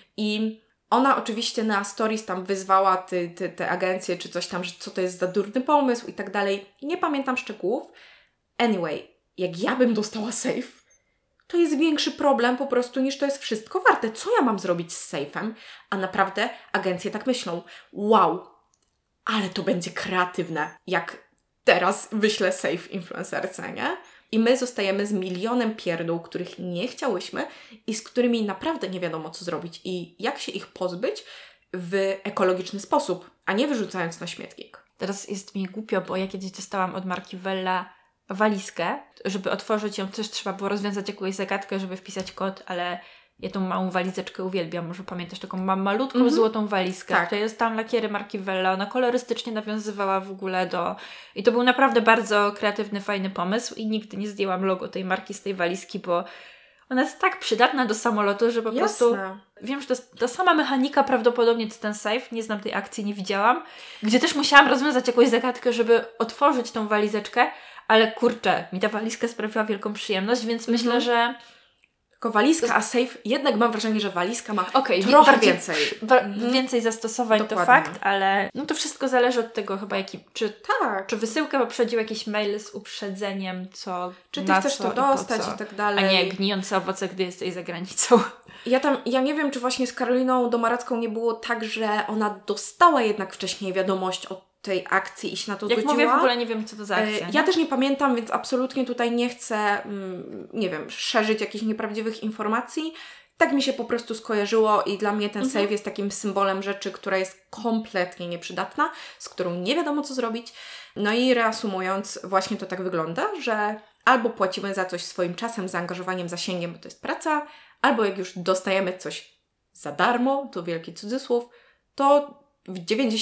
I ona oczywiście na stories tam wyzwała te agencje czy coś tam, że co to jest za durny pomysł i tak dalej. Nie pamiętam szczegółów. Anyway, jak ja bym dostała safe, to jest większy problem po prostu niż to jest wszystko warte. Co ja mam zrobić z safe'em? A naprawdę agencje tak myślą. Wow, ale to będzie kreatywne, jak teraz wyślę safe influencerce, nie? I my zostajemy z milionem pierdół, których nie chciałyśmy i z którymi naprawdę nie wiadomo co zrobić i jak się ich pozbyć w ekologiczny sposób, a nie wyrzucając na śmietnik. Teraz jest mi głupio, bo ja kiedyś dostałam od marki Wella walizkę. Żeby otworzyć ją też trzeba było rozwiązać jakąś zagadkę, żeby wpisać kod, ale ja tą małą walizeczkę uwielbiam. Może pamiętasz taką malutką złotą walizkę, tak. której dostałam lakiery marki Wella. Ona kolorystycznie nawiązywała w ogóle do... I to był naprawdę bardzo kreatywny, fajny pomysł i nigdy nie zdjęłam logo tej marki z tej walizki, bo ona jest tak przydatna do samolotu, że po prostu... Wiem, że to jest ta sama mechanika prawdopodobnie co ten safe. Nie znam tej akcji, nie widziałam. Gdzie też musiałam rozwiązać jakąś zagadkę, żeby otworzyć tą walizeczkę, ale kurczę, mi ta walizka sprawiła wielką przyjemność, więc myślę, że... Tylko walizka, a safe, jednak mam wrażenie, że walizka ma trochę więcej. Więcej zastosowań, Dokładnie. to fakt, ale no to wszystko zależy od tego chyba, czy wysyłkę poprzedził jakiś mail z uprzedzeniem, czy ty chcesz to dostać i tak dalej. A nie gnijące owoce, gdy jesteś za granicą. Ja nie wiem, czy właśnie z Karoliną Domaracką nie było tak, że ona dostała jednak wcześniej wiadomość od tej akcji i się na to Jak zgodziła. mówię, w ogóle nie wiem, co to za akcja. Ja też nie pamiętam, więc absolutnie tutaj nie chcę, nie wiem, szerzyć jakichś nieprawdziwych informacji. Tak mi się po prostu skojarzyło i dla mnie ten save jest takim symbolem rzeczy, która jest kompletnie nieprzydatna, z którą nie wiadomo co zrobić. No i reasumując, właśnie to tak wygląda, że albo płacimy za coś swoim czasem, zaangażowaniem, zasięgiem, bo to jest praca, albo jak już dostajemy coś za darmo, to wielki cudzysłów, to w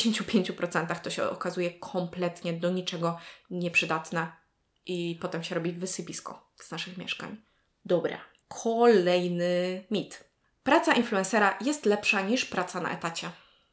95% to się okazuje kompletnie do niczego nieprzydatne i potem się robi wysypisko z naszych mieszkań. Dobra. Kolejny mit. Praca influencera jest lepsza niż praca na etacie.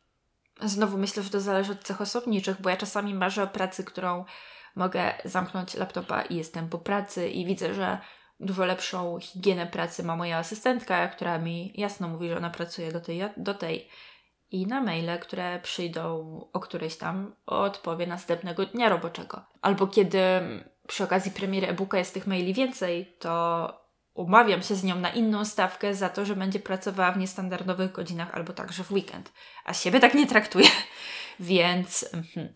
Znowu myślę, że to zależy od cech osobniczych, bo ja czasami marzę o pracy, którą mogę zamknąć laptopa i jestem po pracy i widzę, że dużo lepszą higienę pracy ma moja asystentka, która mi jasno mówi, że ona pracuje do tej. I na maile, które przyjdą o którejś tam, odpowie następnego dnia roboczego. Albo kiedy przy okazji premiery e-booka jest tych maili więcej, to umawiam się z nią na inną stawkę za to, że będzie pracowała w niestandardowych godzinach albo także w weekend. A siebie tak nie traktuję. Więc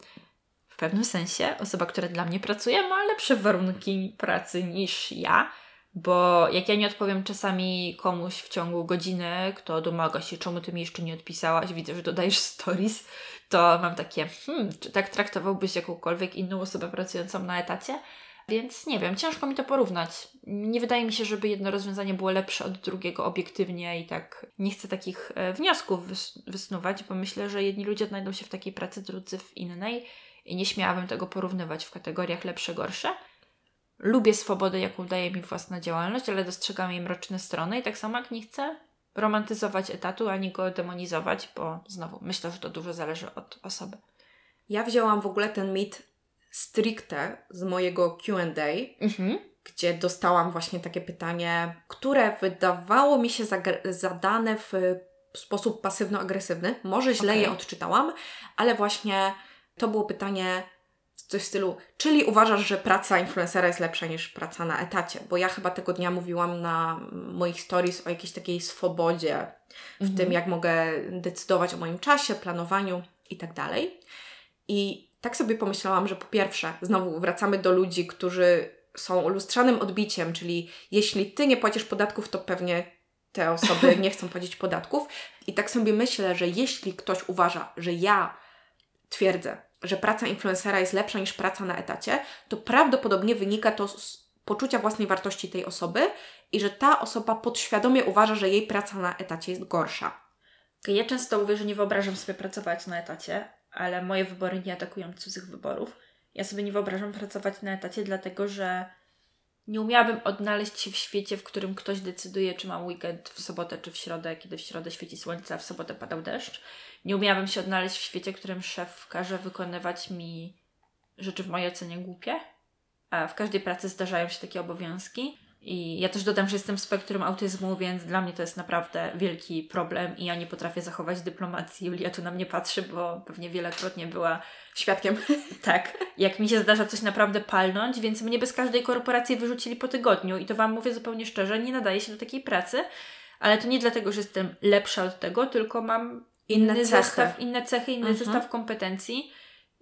w pewnym sensie osoba, która dla mnie pracuje, ma lepsze warunki pracy niż ja. Bo jak ja nie odpowiem czasami komuś w ciągu godziny, kto domaga się, czemu ty mi jeszcze nie odpisałaś, widzę, że dodajesz stories, to mam takie, czy tak traktowałbyś jakąkolwiek inną osobę pracującą na etacie? Więc nie wiem, ciężko mi to porównać. Nie wydaje mi się, żeby jedno rozwiązanie było lepsze od drugiego obiektywnie i tak nie chcę takich wniosków wysnuwać, bo myślę, że jedni ludzie znajdą się w takiej pracy, drudzy w innej i nie śmiałabym tego porównywać w kategoriach lepsze, gorsze. Lubię swobodę, jaką daje mi własna działalność, ale dostrzegam jej mroczne strony i tak samo jak nie chcę romantyzować etatu, ani go demonizować, bo znowu myślę, że to dużo zależy od osoby. Ja wzięłam w ogóle ten mit stricte z mojego Q&A, gdzie dostałam właśnie takie pytanie, które wydawało mi się zadane w sposób pasywno-agresywny. Może źle je odczytałam, ale właśnie to było pytanie coś w stylu, czyli uważasz, że praca influencera jest lepsza niż praca na etacie? Bo ja chyba tego dnia mówiłam na moich stories o jakiejś takiej swobodzie w tym, jak mogę decydować o moim czasie, planowaniu i tak dalej. I tak sobie pomyślałam, że po pierwsze, znowu wracamy do ludzi, którzy są lustrzanym odbiciem, czyli jeśli Ty nie płacisz podatków, to pewnie te osoby nie chcą płacić podatków. I tak sobie myślę, że jeśli ktoś uważa, że ja twierdzę, że praca influencera jest lepsza niż praca na etacie, to prawdopodobnie wynika to z poczucia własnej wartości tej osoby i że ta osoba podświadomie uważa, że jej praca na etacie jest gorsza. Ja często mówię, że nie wyobrażam sobie pracować na etacie, ale moje wybory nie atakują cudzych wyborów. Ja sobie nie wyobrażam pracować na etacie, dlatego że nie umiałabym odnaleźć się w świecie, w którym ktoś decyduje, czy mam weekend w sobotę, czy w środę, kiedy w środę świeci słońce, a w sobotę padał deszcz. Nie umiałabym się odnaleźć w świecie, w którym szef każe wykonywać mi rzeczy w mojej ocenie głupie. A w każdej pracy zdarzają się takie obowiązki. I ja też dodam, że jestem w spektrum autyzmu, więc dla mnie to jest naprawdę wielki problem i ja nie potrafię zachować dyplomacji. Julia tu na mnie patrzy, bo pewnie wielokrotnie była Świadkiem. tak, jak mi się zdarza coś naprawdę palnąć, więc mnie bez każdej korporacji wyrzucili po tygodniu i to Wam mówię zupełnie szczerze, nie nadaje się do takiej pracy, ale to nie dlatego, że jestem lepsza od tego, tylko mam inny cechy, inny zestaw kompetencji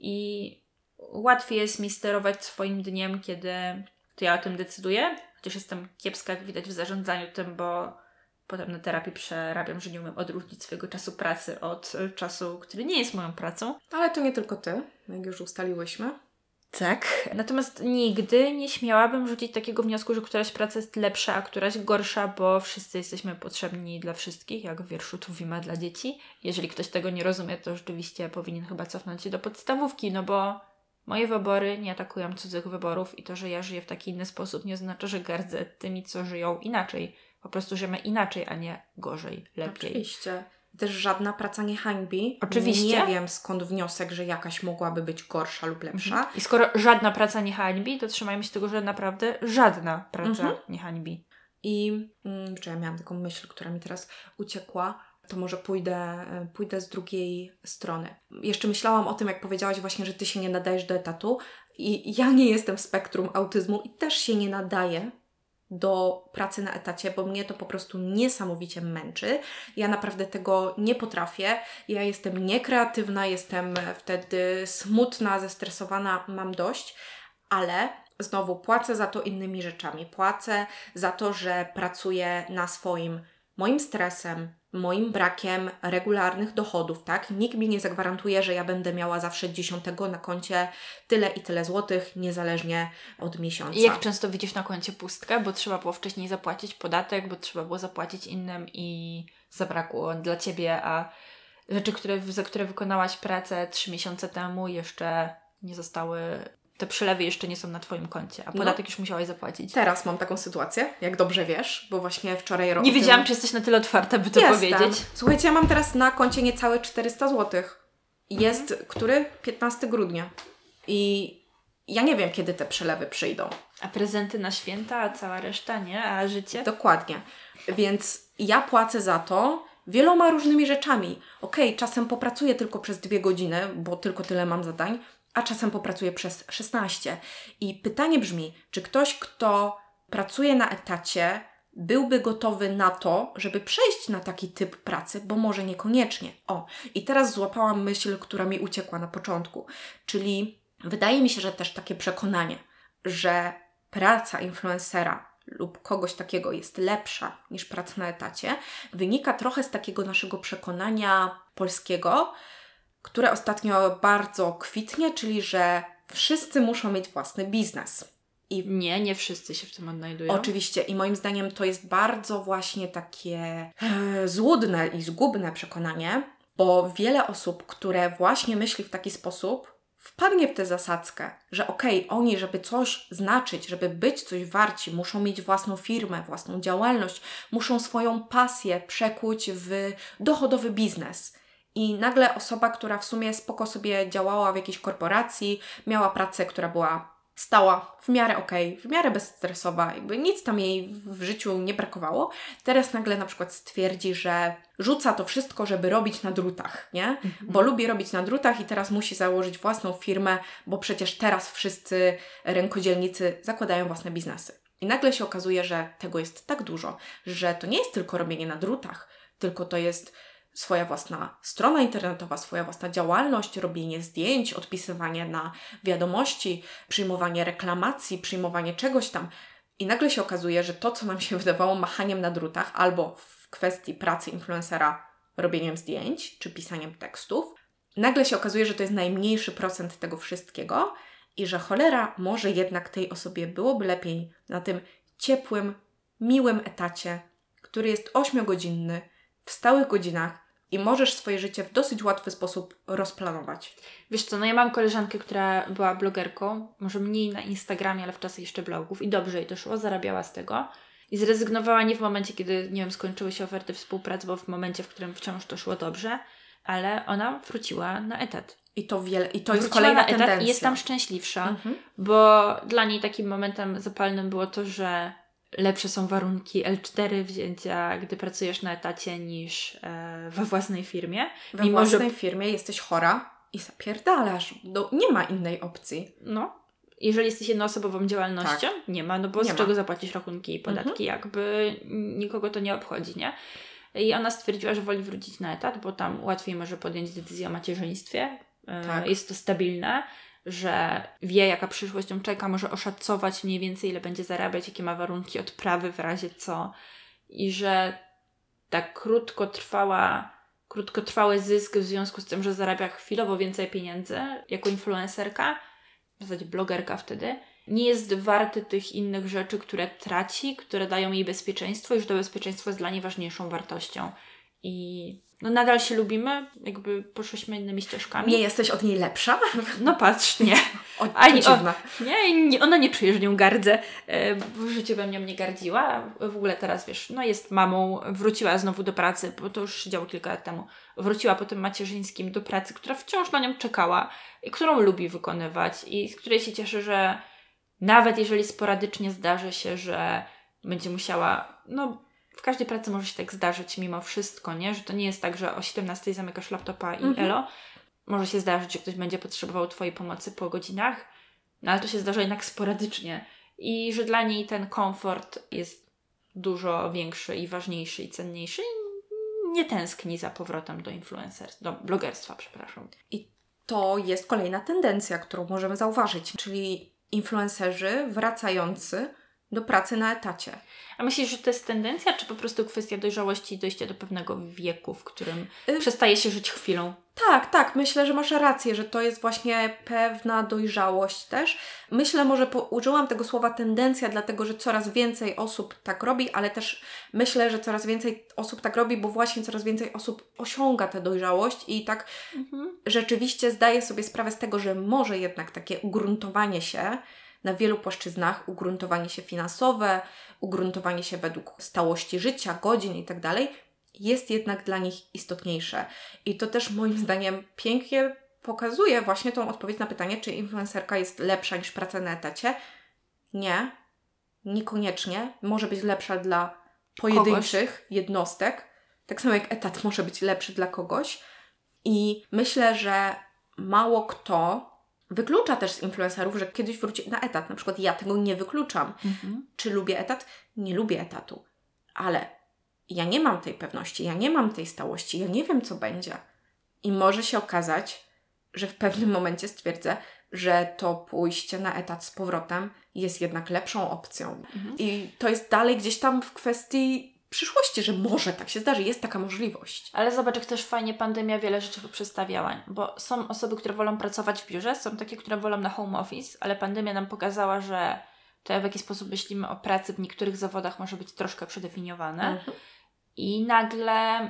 i łatwiej jest mi sterować swoim dniem, kiedy to ja o tym decyduję, chociaż jestem kiepska, jak widać w zarządzaniu tym, bo potem na terapii przerabiam, że nie umiem odróżnić swojego czasu pracy od czasu, który nie jest moją pracą. Ale to nie tylko Ty, jak już ustaliłyśmy. Tak. Natomiast nigdy nie śmiałabym rzucić takiego wniosku, że któraś praca jest lepsza, a któraś gorsza, bo wszyscy jesteśmy potrzebni dla wszystkich, jak w wierszu Tuwima dla dzieci. Jeżeli ktoś tego nie rozumie, to rzeczywiście powinien chyba cofnąć się do podstawówki, no bo moje wybory nie atakują cudzych wyborów i to, że ja żyję w taki inny sposób, nie oznacza, że gardzę tymi, co żyją inaczej. Po prostu żyjemy inaczej, a nie gorzej, lepiej. Oczywiście. Też żadna praca nie hańbi. Oczywiście. Nie wiem, skąd wniosek, że jakaś mogłaby być gorsza lub lepsza. I skoro żadna praca nie hańbi, to trzymajmy się tego, że naprawdę żadna praca nie hańbi. I ja miałam taką myśl, która mi teraz uciekła, to może pójdę z drugiej strony. Jeszcze myślałam o tym, jak powiedziałaś właśnie, że Ty się nie nadajesz do etatu i ja nie jestem w spektrum autyzmu i też się nie nadaję do pracy na etacie, bo mnie to po prostu niesamowicie męczy. Ja naprawdę tego nie potrafię. Ja jestem niekreatywna, jestem wtedy smutna, zestresowana, mam dość, ale znowu płacę za to innymi rzeczami. Płacę za to, że pracuję na moim stresem, moim brakiem regularnych dochodów, tak? Nikt mi nie zagwarantuje, że ja będę miała zawsze 10 na koncie tyle i tyle złotych, niezależnie od miesiąca. I jak często widzisz na koncie pustkę, bo trzeba było wcześniej zapłacić podatek, bo trzeba było zapłacić innym i zabrakło dla Ciebie, a rzeczy, za które wykonałaś pracę 3 miesiące temu jeszcze nie zostały... Te przelewy jeszcze nie są na Twoim koncie, a podatek już musiałaś zapłacić. Teraz mam taką sytuację, jak dobrze wiesz, bo właśnie wczoraj... Nie wiedziałam, czy jesteś na tyle otwarta, by to powiedzieć. Słuchajcie, ja mam teraz na koncie niecałe 400 zł. Jest, 15 grudnia. I ja nie wiem, kiedy te przelewy przyjdą. A prezenty na święta, a cała reszta nie? A życie? Dokładnie. Więc ja płacę za to wieloma różnymi rzeczami. Czasem popracuję tylko przez 2 godziny, bo tylko tyle mam zadań, a czasem popracuję przez 16. I pytanie brzmi, czy ktoś, kto pracuje na etacie, byłby gotowy na to, żeby przejść na taki typ pracy, bo może niekoniecznie. I teraz złapałam myśl, która mi uciekła na początku. Czyli wydaje mi się, że też takie przekonanie, że praca influencera lub kogoś takiego jest lepsza niż praca na etacie, wynika trochę z takiego naszego przekonania polskiego, które ostatnio bardzo kwitnie, czyli że wszyscy muszą mieć własny biznes. I nie wszyscy się w tym odnajdują. Oczywiście i moim zdaniem to jest bardzo właśnie takie złudne i zgubne przekonanie, bo wiele osób, które właśnie myśli w taki sposób, wpadnie w tę zasadzkę, że oni, żeby coś znaczyć, żeby być coś warci, muszą mieć własną firmę, własną działalność, muszą swoją pasję przekuć w dochodowy biznes. I nagle osoba, która w sumie spoko sobie działała w jakiejś korporacji, miała pracę, która była stała, w miarę w miarę bezstresowa, jakby nic tam jej w życiu nie brakowało. Teraz nagle na przykład stwierdzi, że rzuca to wszystko, żeby robić na drutach, nie? Bo lubi robić na drutach i teraz musi założyć własną firmę, bo przecież teraz wszyscy rękodzielnicy zakładają własne biznesy. I nagle się okazuje, że tego jest tak dużo, że to nie jest tylko robienie na drutach, tylko to jest swoja własna strona internetowa, swoja własna działalność, robienie zdjęć, odpisywanie na wiadomości, przyjmowanie reklamacji, przyjmowanie czegoś tam. I nagle się okazuje, że to, co nam się wydawało machaniem na drutach, albo w kwestii pracy influencera robieniem zdjęć, czy pisaniem tekstów, nagle się okazuje, że to jest najmniejszy procent tego wszystkiego i że cholera, może jednak tej osobie byłoby lepiej na tym ciepłym, miłym etacie, który jest 8-godzinny, w stałych godzinach, i możesz swoje życie w dosyć łatwy sposób rozplanować. Wiesz co, ja mam koleżankę, która była blogerką, może mniej na Instagramie, ale w czasach jeszcze blogów i dobrze jej to szło, zarabiała z tego i zrezygnowała nie w momencie, kiedy, skończyły się oferty współpracy, bo w momencie, w którym wciąż to szło dobrze, ale ona wróciła na etat. I to jest kolejna tendencja. I jest tam szczęśliwsza, bo dla niej takim momentem zapalnym było to, że lepsze są warunki L4 wzięcia, gdy pracujesz na etacie, niż we własnej firmie. We własnej firmie jesteś chora i zapierdalasz. Nie ma innej opcji. Jeżeli jesteś jednoosobową działalnością, nie ma, bo z czego zapłacisz rachunki i podatki, jakby nikogo to nie obchodzi, nie? I ona stwierdziła, że woli wrócić na etat, bo tam łatwiej może podjąć decyzję o macierzyństwie. Jest to stabilne, że wie, jaka przyszłość ją czeka, może oszacować mniej więcej, ile będzie zarabiać, jakie ma warunki odprawy w razie co. I że tak krótkotrwały zysk w związku z tym, że zarabia chwilowo więcej pieniędzy jako influencerka, w zasadzie blogerka wtedy, nie jest warty tych innych rzeczy, które traci, które dają jej bezpieczeństwo i że to bezpieczeństwo jest dla niej ważniejszą wartością. I nadal się lubimy, jakby poszłyśmy innymi ścieżkami. Nie jesteś od niej lepsza? Patrz, nie. Ona nie czuje, że nią gardzę. W życiu bym nią nie gardziła. W ogóle teraz, wiesz, jest mamą, wróciła znowu do pracy, bo to już się działo kilka lat temu. Wróciła po tym macierzyńskim do pracy, która wciąż na nią czekała i którą lubi wykonywać i z której się cieszy, że nawet jeżeli sporadycznie zdarzy się, że będzie musiała, w każdej pracy może się tak zdarzyć mimo wszystko, nie? Że to nie jest tak, że o 17 zamykasz laptopa i elo. Może się zdarzyć, że ktoś będzie potrzebował Twojej pomocy po godzinach, ale to się zdarza jednak sporadycznie. i że dla niej ten komfort jest dużo większy i ważniejszy i cenniejszy i nie tęskni za powrotem do blogerstwa, przepraszam. I to jest kolejna tendencja, którą możemy zauważyć, czyli influencerzy wracający do pracy na etacie. A myślisz, że to jest tendencja, czy po prostu kwestia dojrzałości i dojścia do pewnego wieku, w którym przestaje się żyć chwilą? Tak, myślę, że masz rację, że to jest właśnie pewna dojrzałość też. Myślę, może użyłam tego słowa tendencja, dlatego że coraz więcej osób tak robi, ale też myślę, że coraz więcej osób tak robi, bo właśnie coraz więcej osób osiąga tę dojrzałość i tak rzeczywiście zdaje sobie sprawę z tego, że może jednak takie ugruntowanie się na wielu płaszczyznach, ugruntowanie się finansowe, ugruntowanie się według stałości życia, godzin i tak dalej, jest jednak dla nich istotniejsze. I to też moim zdaniem pięknie pokazuje właśnie tą odpowiedź na pytanie, czy influencerka jest lepsza niż praca na etacie. Nie, niekoniecznie. Może być lepsza dla pojedynczych jednostek. Tak samo jak etat może być lepszy dla kogoś. I myślę, że mało kto wyklucza też z influencerów, że kiedyś wróci na etat. Na przykład ja tego nie wykluczam. Czy lubię etat? Nie lubię etatu. Ale ja nie mam tej pewności, ja nie mam tej stałości, ja nie wiem, co będzie. I może się okazać, że w pewnym momencie stwierdzę, że to pójście na etat z powrotem jest jednak lepszą opcją. I to jest dalej gdzieś tam w kwestii przyszłości, że może tak się zdarzy, jest taka możliwość. Ale zobacz, jak też fajnie pandemia wiele rzeczy poprzestawiała, bo są osoby, które wolą pracować w biurze, są takie, które wolą na home office, ale pandemia nam pokazała, że to, w jaki sposób myślimy o pracy w niektórych zawodach, może być troszkę przedefiniowane. I nagle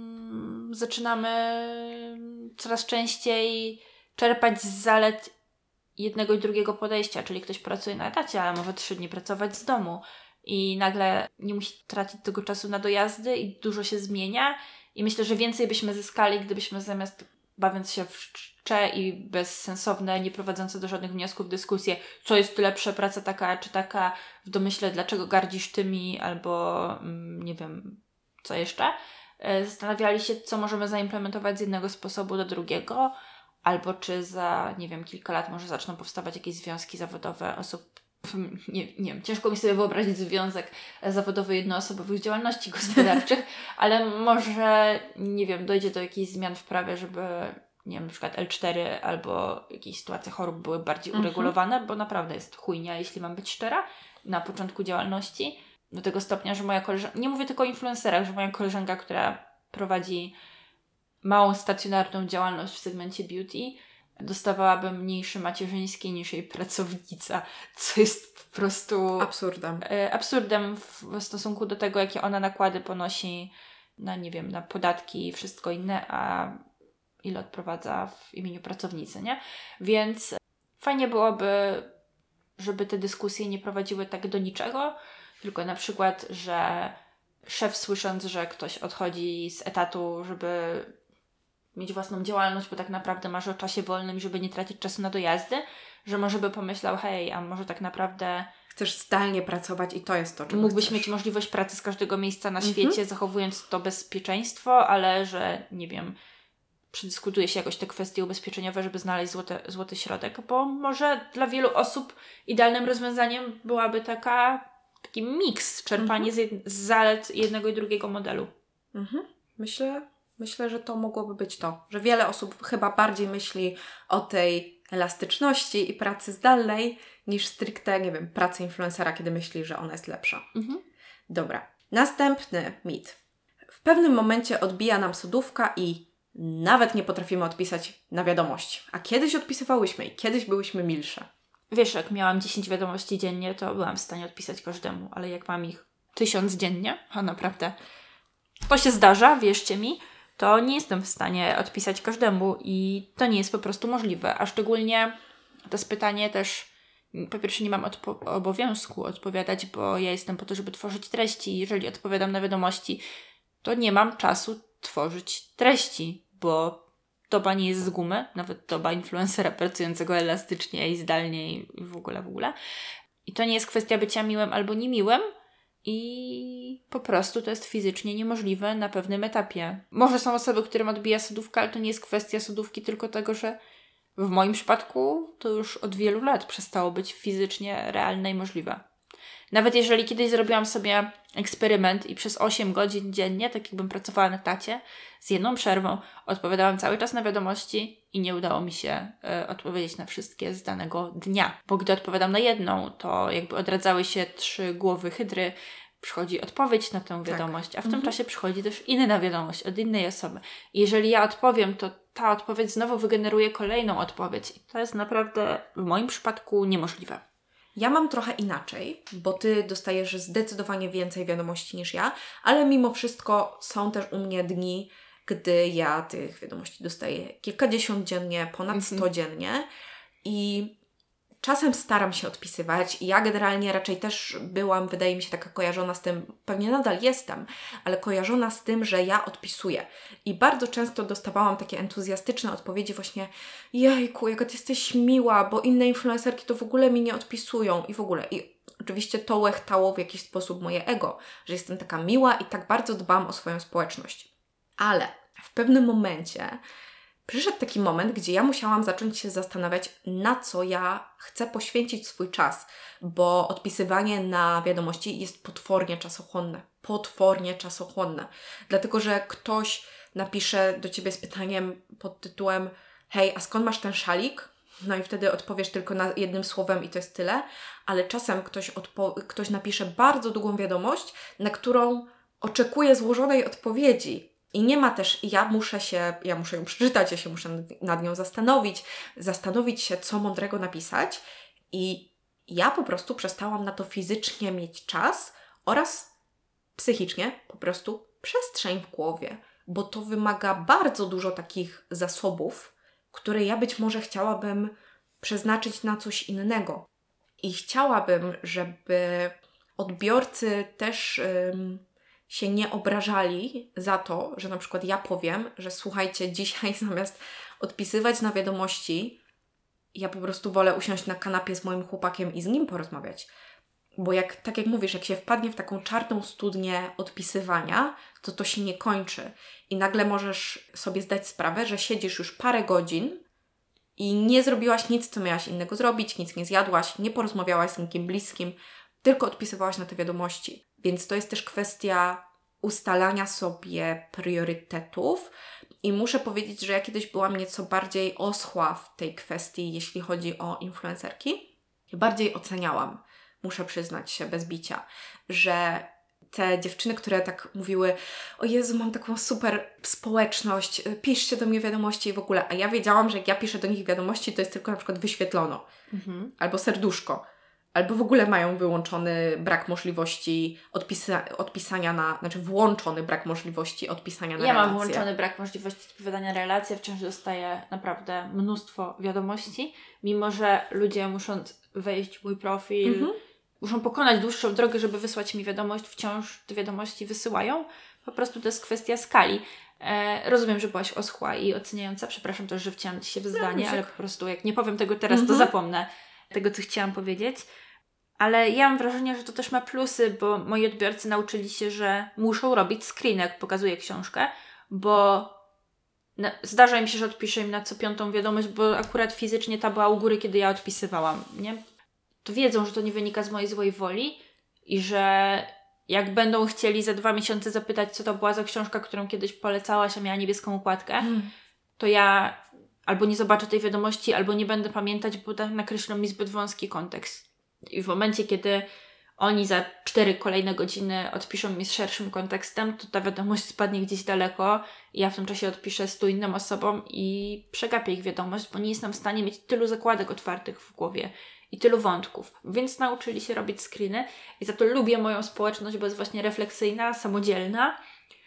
zaczynamy coraz częściej czerpać z zalet jednego i drugiego podejścia, czyli ktoś pracuje na etacie, ale może 3 dni pracować z domu i nagle nie musi tracić tego czasu na dojazdy i dużo się zmienia i myślę, że więcej byśmy zyskali, gdybyśmy zamiast bawiąc się w czcze i bezsensowne, nie prowadzące do żadnych wniosków dyskusje, co jest lepsze, praca taka czy taka, w domyśle dlaczego gardzisz tymi albo nie wiem co jeszcze, zastanawiali się, co możemy zaimplementować z jednego sposobu do drugiego, albo czy za, nie wiem, kilka lat może zaczną powstawać jakieś związki zawodowe osób, nie wiem, ciężko mi sobie wyobrazić związek zawodowy jednoosobowych działalności gospodarczych, ale może, nie wiem, dojdzie do jakichś zmian w prawie, żeby, nie wiem, na przykład L4 albo jakieś sytuacje chorób były bardziej uregulowane, bo naprawdę jest chujnia, jeśli mam być szczera, na początku działalności. Do tego stopnia, że moja koleżanka, nie mówię tylko o influencerach, że moja koleżanka, która prowadzi małą stacjonarną działalność w segmencie beauty, dostawałaby mniejsze macierzyńskie niż jej pracownica, co jest po prostu absurdem w stosunku do tego, jakie ona nakłady ponosi na, nie wiem, na podatki i wszystko inne, a ile odprowadza w imieniu pracownicy, nie? Więc fajnie byłoby, żeby te dyskusje nie prowadziły tak do niczego, tylko na przykład, że szef słysząc, że ktoś odchodzi z etatu, żeby mieć własną działalność, bo tak naprawdę marzy o czasie wolnym, żeby nie tracić czasu na dojazdy, że może by pomyślał, hej, a może tak naprawdę chcesz zdalnie pracować i to jest to, czego mógłbyś chcesz. Mieć możliwość pracy z każdego miejsca na świecie, zachowując to bezpieczeństwo, ale że, nie wiem, przedyskutuje się jakoś te kwestie ubezpieczeniowe, żeby znaleźć złoty środek, bo może dla wielu osób idealnym rozwiązaniem byłaby taki miks, czerpanie z zalet jednego i drugiego modelu. Myślę, że to mogłoby być to, że wiele osób chyba bardziej myśli o tej elastyczności i pracy zdalnej niż stricte, nie wiem, pracy influencera, kiedy myśli, że ona jest lepsza. Dobra. Następny mit. W pewnym momencie odbija nam sodówka i nawet nie potrafimy odpisać na wiadomość. A kiedyś odpisywałyśmy i kiedyś byłyśmy milsze. Wiesz, jak miałam 10 wiadomości dziennie, to byłam w stanie odpisać każdemu, ale jak mam ich 1000 dziennie, a naprawdę to się zdarza, wierzcie mi, to nie jestem w stanie odpisać każdemu i to nie jest po prostu możliwe. A szczególnie to jest pytanie też, po pierwsze nie mam obowiązku odpowiadać, bo ja jestem po to, żeby tworzyć treści. Jeżeli odpowiadam na wiadomości, to nie mam czasu tworzyć treści, bo doba nie jest z gumy, nawet doba influencera pracującego elastycznie i zdalnie i w ogóle. I to nie jest kwestia bycia miłym albo niemiłym i po prostu to jest fizycznie niemożliwe na pewnym etapie. Może są osoby, którym odbija sodówka, ale to nie jest kwestia sodówki, tylko tego, że w moim przypadku to już od wielu lat przestało być fizycznie realne i możliwe. Nawet jeżeli kiedyś zrobiłam sobie eksperyment i przez 8 godzin dziennie, tak jakbym pracowała na etacie, z jedną przerwą, odpowiadałam cały czas na wiadomości i nie udało mi się odpowiedzieć na wszystkie z danego dnia. Bo gdy odpowiadam na jedną, to jakby odradzały się 3 głowy hydry, przychodzi odpowiedź na tę wiadomość, a w tym czasie przychodzi też inna wiadomość od innej osoby. I jeżeli ja odpowiem, to ta odpowiedź znowu wygeneruje kolejną odpowiedź. I to jest naprawdę w moim przypadku niemożliwe. Ja mam trochę inaczej, bo Ty dostajesz zdecydowanie więcej wiadomości niż ja, ale mimo wszystko są też u mnie dni, gdy ja tych wiadomości dostaję kilkadziesiąt dziennie, ponad 100 dziennie i czasem staram się odpisywać. Ja generalnie raczej też byłam, wydaje mi się, taka kojarzona z tym, pewnie nadal jestem, ale kojarzona z tym, że ja odpisuję. I bardzo często dostawałam takie entuzjastyczne odpowiedzi właśnie: jejku, jaka Ty jesteś miła, bo inne influencerki to w ogóle mi nie odpisują i w ogóle. I oczywiście to łechtało w jakiś sposób moje ego, że jestem taka miła i tak bardzo dbam o swoją społeczność. Ale w pewnym momencie przyszedł taki moment, gdzie ja musiałam zacząć się zastanawiać, na co ja chcę poświęcić swój czas, bo odpisywanie na wiadomości jest potwornie czasochłonne. Potwornie czasochłonne. Dlatego, że ktoś napisze do Ciebie z pytaniem pod tytułem: hej, a skąd masz ten szalik? No i wtedy odpowiesz tylko jednym słowem i to jest tyle. Ale czasem ktoś napisze bardzo długą wiadomość, na którą oczekuje złożonej odpowiedzi. I nie ma też, ja muszę ją przeczytać, ja się muszę nad nią zastanowić się, co mądrego napisać. I ja po prostu przestałam na to fizycznie mieć czas oraz psychicznie po prostu przestrzeń w głowie, bo to wymaga bardzo dużo takich zasobów, które ja być może chciałabym przeznaczyć na coś innego. I chciałabym, żeby odbiorcy też się nie obrażali za to, że na przykład ja powiem, że słuchajcie, dzisiaj zamiast odpisywać na wiadomości, ja po prostu wolę usiąść na kanapie z moim chłopakiem i z nim porozmawiać. Bo tak jak mówisz, jak się wpadnie w taką czarną studnię odpisywania, to się nie kończy. I nagle możesz sobie zdać sprawę, że siedzisz już parę godzin i nie zrobiłaś nic, co miałaś innego zrobić, nic nie zjadłaś, nie porozmawiałaś z nikim bliskim, tylko odpisywałaś na te wiadomości. Więc to jest też kwestia ustalania sobie priorytetów i muszę powiedzieć, że ja kiedyś byłam nieco bardziej oschła w tej kwestii, jeśli chodzi o influencerki. Bardziej oceniałam, muszę przyznać się bez bicia, że te dziewczyny, które tak mówiły: o Jezu, mam taką super społeczność, piszcie do mnie wiadomości i w ogóle. A ja wiedziałam, że jak ja piszę do nich wiadomości, to jest tylko na przykład wyświetlono. Albo serduszko. Albo w ogóle mają wyłączony brak możliwości odpisania włączony brak możliwości odpisania na relacje. Ja mam włączony brak możliwości odpowiadania na relacje, wciąż dostaję naprawdę mnóstwo wiadomości, mimo że ludzie muszą wejść w mój profil, muszą pokonać dłuższą drogę, żeby wysłać mi wiadomość, wciąż te wiadomości wysyłają. Po prostu to jest kwestia skali. Rozumiem, że byłaś oschła i oceniająca. Przepraszam też, że wciąłam Ci się w zdanie, ale po prostu jak nie powiem tego teraz, to zapomnę tego, co chciałam powiedzieć. Ale ja mam wrażenie, że to też ma plusy, bo moi odbiorcy nauczyli się, że muszą robić screen, jak pokazuję książkę, bo zdarza im się, że odpiszę im na co 5. wiadomość, bo akurat fizycznie ta była u góry, kiedy ja odpisywałam, nie? To wiedzą, że to nie wynika z mojej złej woli i że jak będą chcieli za 2 miesiące zapytać, co to była za książka, którą kiedyś polecałaś, a miała niebieską okładkę, to ja albo nie zobaczę tej wiadomości, albo nie będę pamiętać, bo tak nakreślą mi zbyt wąski kontekst. I w momencie, kiedy oni za 4 kolejne godziny odpiszą mi z szerszym kontekstem, to ta wiadomość spadnie gdzieś daleko i ja w tym czasie odpiszę 100 innym osobom i przegapię ich wiadomość, bo nie jestem w stanie mieć tylu zakładek otwartych w głowie i tylu wątków. Więc nauczyli się robić screeny i za to lubię moją społeczność, bo jest właśnie refleksyjna, samodzielna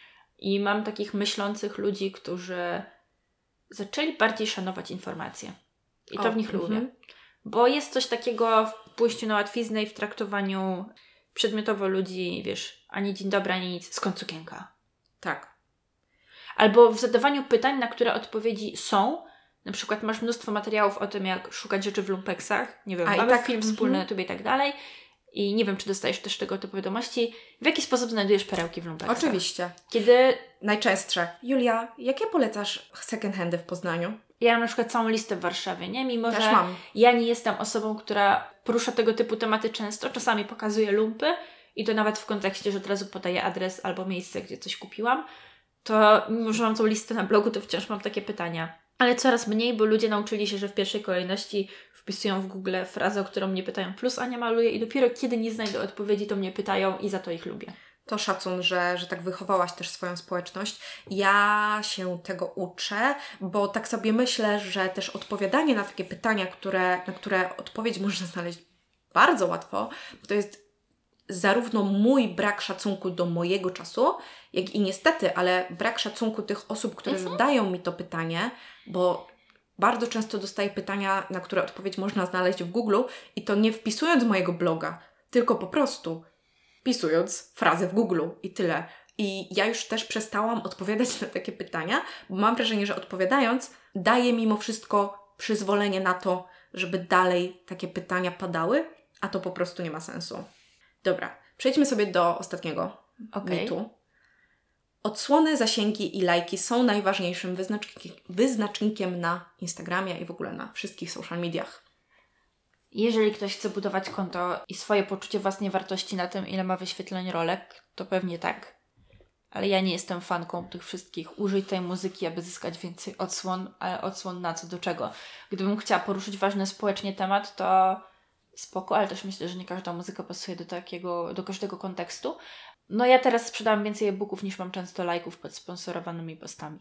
i mam takich myślących ludzi, którzy zaczęli bardziej szanować informacje. I to w nich lubię. Bo jest coś takiego w pójściu na łatwiznę i w traktowaniu przedmiotowo ludzi, wiesz, ani dzień dobry, ani nic, skąd sukienka. Tak. Albo w zadawaniu pytań, na które odpowiedzi są. Na przykład masz mnóstwo materiałów o tym, jak szukać rzeczy w lumpeksach. Nie wiem, mamy film wspólny na YouTube i tak dalej. I nie wiem, czy dostajesz też tego typu wiadomości. W jaki sposób znajdujesz perełki w lumpeksach? Oczywiście. Kiedy... Najczęstsze. Julia, jakie polecasz second handy w Poznaniu? Ja mam na przykład całą listę w Warszawie, nie? Mimo, Też że mam. ja nie jestem osobą, która porusza tego typu tematy często. Czasami pokazuję lumpy i to nawet w kontekście, że od razu podaję adres albo miejsce, gdzie coś kupiłam. To mimo, że mam tą listę na blogu, to wciąż mam takie pytania. Ale coraz mniej, bo ludzie nauczyli się, że w pierwszej kolejności wpisują w Google frazę, o którą mnie pytają, plus Ania maluje i dopiero kiedy nie znajdę odpowiedzi, to mnie pytają i za to ich lubię. To szacun, że tak wychowałaś też swoją społeczność. Ja się tego uczę, bo tak sobie myślę, że też odpowiadanie na takie pytania, na które odpowiedź można znaleźć bardzo łatwo, to jest zarówno mój brak szacunku do mojego czasu, jak i niestety, ale brak szacunku tych osób, które zadają mi to pytanie, bo bardzo często dostaję pytania, na które odpowiedź można znaleźć w Google i to nie wpisując mojego bloga, tylko po prostu wpisując frazę w Google i tyle. I ja już też przestałam odpowiadać na takie pytania, bo mam wrażenie, że odpowiadając daję mimo wszystko przyzwolenie na to, żeby dalej takie pytania padały, a to po prostu nie ma sensu. Dobra, przejdźmy sobie do ostatniego mitu. Odsłony, zasięgi i lajki są najważniejszym wyznacznikiem na Instagramie i w ogóle na wszystkich social mediach. Jeżeli ktoś chce budować konto i swoje poczucie własnej wartości na tym, ile ma wyświetleń rolek, to pewnie tak. Ale ja nie jestem fanką tych wszystkich użyć tej muzyki, aby zyskać więcej odsłon, ale odsłon na co, do czego? Gdybym chciała poruszyć ważny społecznie temat, to spoko, ale też myślę, że nie każda muzyka pasuje do każdego kontekstu. No ja teraz sprzedałam więcej e-booków niż mam często lajków pod sponsorowanymi postami.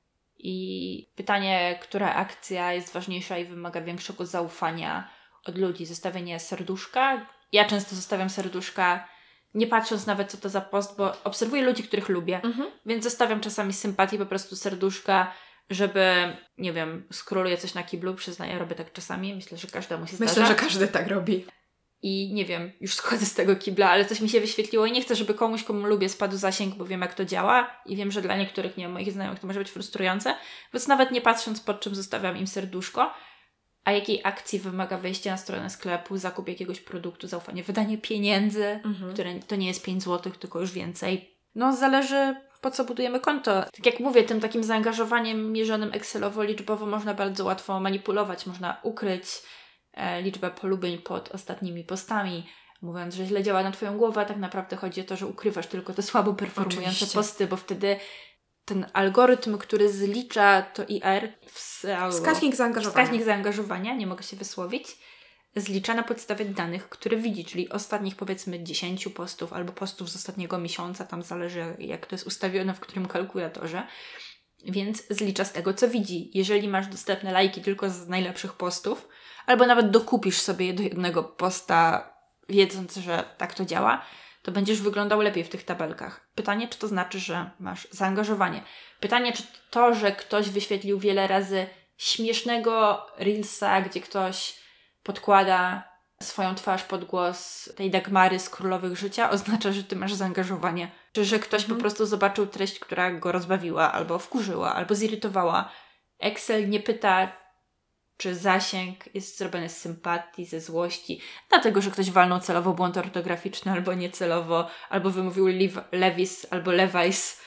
I pytanie, która akcja jest ważniejsza i wymaga większego zaufania od ludzi? Zostawienie serduszka? Ja często zostawiam serduszka, nie patrząc nawet co to za post, bo obserwuję ludzi, których lubię, więc zostawiam czasami z sympatii po prostu serduszka, żeby, nie wiem, skroluję coś na kiblu, przyznaję, robię tak czasami, myślę, że każdemu się zdarza. Myślę, że każdy tak robi. I nie wiem, już schodzę z tego kibla, ale coś mi się wyświetliło i nie chcę, żeby komuś, komu lubię, spadł zasięg, bo wiem, jak to działa i wiem, że dla niektórych, nie wiem, moich znajomych to może być frustrujące, więc nawet nie patrząc, pod czym zostawiam im serduszko, a jakiej akcji wymaga wejście na stronę sklepu, zakup jakiegoś produktu, zaufanie, wydanie pieniędzy, które to nie jest 5 zł, tylko już więcej. No zależy, po co budujemy konto. Tak jak mówię, tym takim zaangażowaniem mierzonym Excelowo-liczbowo można bardzo łatwo manipulować, można ukryć liczbę polubień pod ostatnimi postami, mówiąc, że źle działa na Twoją głowę, a tak naprawdę chodzi o to, że ukrywasz tylko te słabo performujące posty, bo wtedy ten algorytm, który zlicza to IR, wskaźnik zaangażowania, nie mogę się wysłowić, zlicza na podstawie danych, które widzi, czyli ostatnich powiedzmy 10 postów albo postów z ostatniego miesiąca, tam zależy jak to jest ustawione, w którym kalkulatorze, więc zlicza z tego, co widzi. Jeżeli masz dostępne lajki tylko z najlepszych postów, albo nawet dokupisz sobie do jednego posta, wiedząc, że tak to działa, to będziesz wyglądał lepiej w tych tabelkach. Pytanie, czy to znaczy, że masz zaangażowanie. Pytanie, czy to, że ktoś wyświetlił wiele razy śmiesznego reelsa, gdzie ktoś podkłada swoją twarz pod głos tej Dagmary z Królowych Życia, oznacza, że ty masz zaangażowanie. Czy że ktoś po prostu zobaczył treść, która go rozbawiła, albo wkurzyła, albo zirytowała. Excel nie pyta, czy zasięg jest zrobiony z sympatii, ze złości, dlatego, że ktoś walnął celowo błąd ortograficzny, albo niecelowo, albo wymówił Levi's, albo Levi's.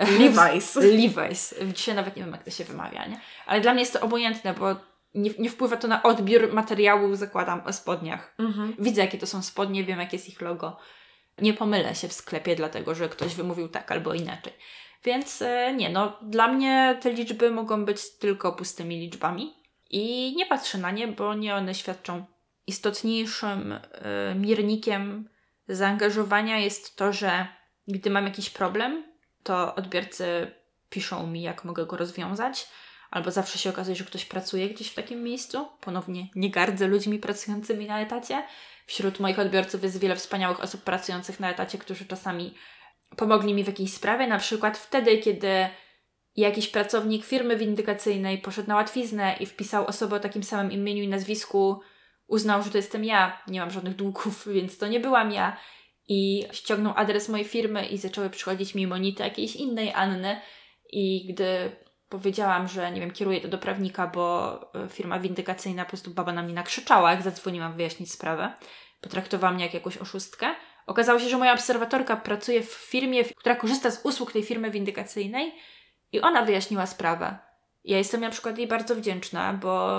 Levi's. Dzisiaj nawet nie wiem, jak to się wymawia, nie? Ale dla mnie jest to obojętne, bo nie wpływa to na odbiór materiału, zakładam, o spodniach. Widzę, jakie to są spodnie, wiem, jakie jest ich logo. Nie pomylę się w sklepie, dlatego, że ktoś wymówił tak albo inaczej. Więc dla mnie te liczby mogą być tylko pustymi liczbami. I nie patrzę na nie, bo nie one świadczą. Istotniejszym miernikiem zaangażowania jest to, że gdy mam jakiś problem, to odbiorcy piszą mi, jak mogę go rozwiązać. Albo zawsze się okazuje, że ktoś pracuje gdzieś w takim miejscu. Ponownie nie gardzę ludźmi pracującymi na etacie. Wśród moich odbiorców jest wiele wspaniałych osób pracujących na etacie, którzy czasami pomogli mi w jakiejś sprawie. Na przykład wtedy, kiedy jakiś pracownik firmy windykacyjnej poszedł na łatwiznę i wpisał osobę o takim samym imieniu i nazwisku, uznał, że to jestem ja, nie mam żadnych długów, więc to nie byłam ja, i ściągnął adres mojej firmy i zaczęły przychodzić mi monity jakiejś innej Anny, i gdy powiedziałam, że nie wiem, kieruję to do prawnika, bo firma windykacyjna, po prostu baba na mnie nakrzyczała, jak zadzwoniłam wyjaśnić sprawę, potraktowała mnie jak jakąś oszustkę. Okazało się, że moja obserwatorka pracuje w firmie, która korzysta z usług tej firmy windykacyjnej i ona wyjaśniła sprawę. Ja jestem na przykład jej bardzo wdzięczna, bo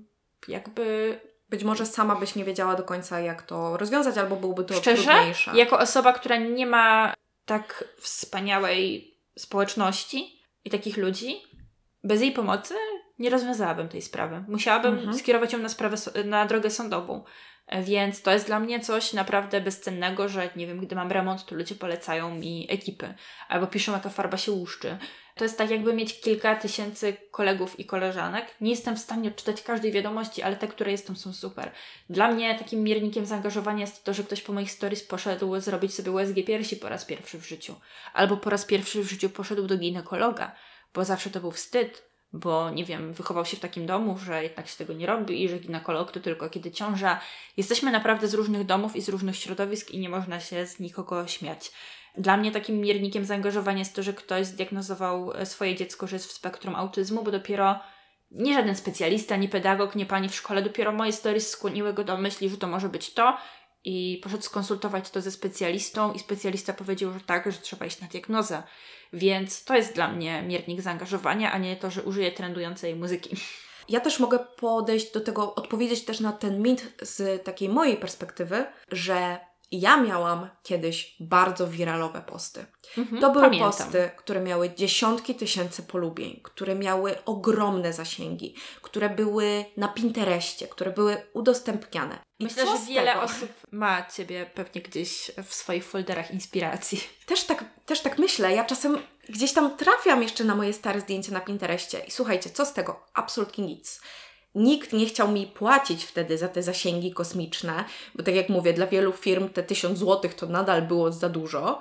jakby... Być może sama byś nie wiedziała do końca, jak to rozwiązać, albo byłoby to Szczerze, trudniejsze. jako osoba, która nie ma tak wspaniałej społeczności i takich ludzi, bez jej pomocy nie rozwiązałabym tej sprawy. Musiałabym skierować ją na drogę sądową. Więc to jest dla mnie coś naprawdę bezcennego, że nie wiem, gdy mam remont, to ludzie polecają mi ekipy. Albo piszą, jaka farba się łuszczy. To jest tak, jakby mieć kilka tysięcy kolegów i koleżanek. Nie jestem w stanie odczytać każdej wiadomości, ale te, które jestem, są super. Dla mnie takim miernikiem zaangażowania jest to, że ktoś po moich stories poszedł zrobić sobie USG piersi po raz pierwszy w życiu. Albo po raz pierwszy w życiu poszedł do ginekologa, bo zawsze to był wstyd. Bo, nie wiem, wychował się w takim domu, że jednak się tego nie robi i że ginekolog to tylko kiedy ciąża. Jesteśmy naprawdę z różnych domów i z różnych środowisk i nie można się z nikogo śmiać. Dla mnie takim miernikiem zaangażowania jest to, że ktoś zdiagnozował swoje dziecko, że jest w spektrum autyzmu, bo dopiero nie żaden specjalista, nie pedagog, nie pani w szkole, dopiero moje stories skłoniły go do myśli, że to może być to i poszedł skonsultować to ze specjalistą i specjalista powiedział, że tak, że trzeba iść na diagnozę. Więc to jest dla mnie miernik zaangażowania, a nie to, że użyję trendującej muzyki. Ja też mogę podejść do tego, odpowiedzieć też na ten mit z takiej mojej perspektywy, że ja miałam kiedyś bardzo wiralowe posty. To były posty, które miały dziesiątki tysięcy polubień, które miały ogromne zasięgi, które były na Pinterestie, które były udostępniane. I myślę, że wiele osób ma Ciebie pewnie gdzieś w swoich folderach inspiracji. Też tak myślę. Ja czasem gdzieś tam trafiam jeszcze na moje stare zdjęcia na Pinterestie i słuchajcie, co z tego? Absolutnie nic. Nikt nie chciał mi płacić wtedy za te zasięgi kosmiczne, bo tak jak mówię, dla wielu firm te 1000 złotych to nadal było za dużo,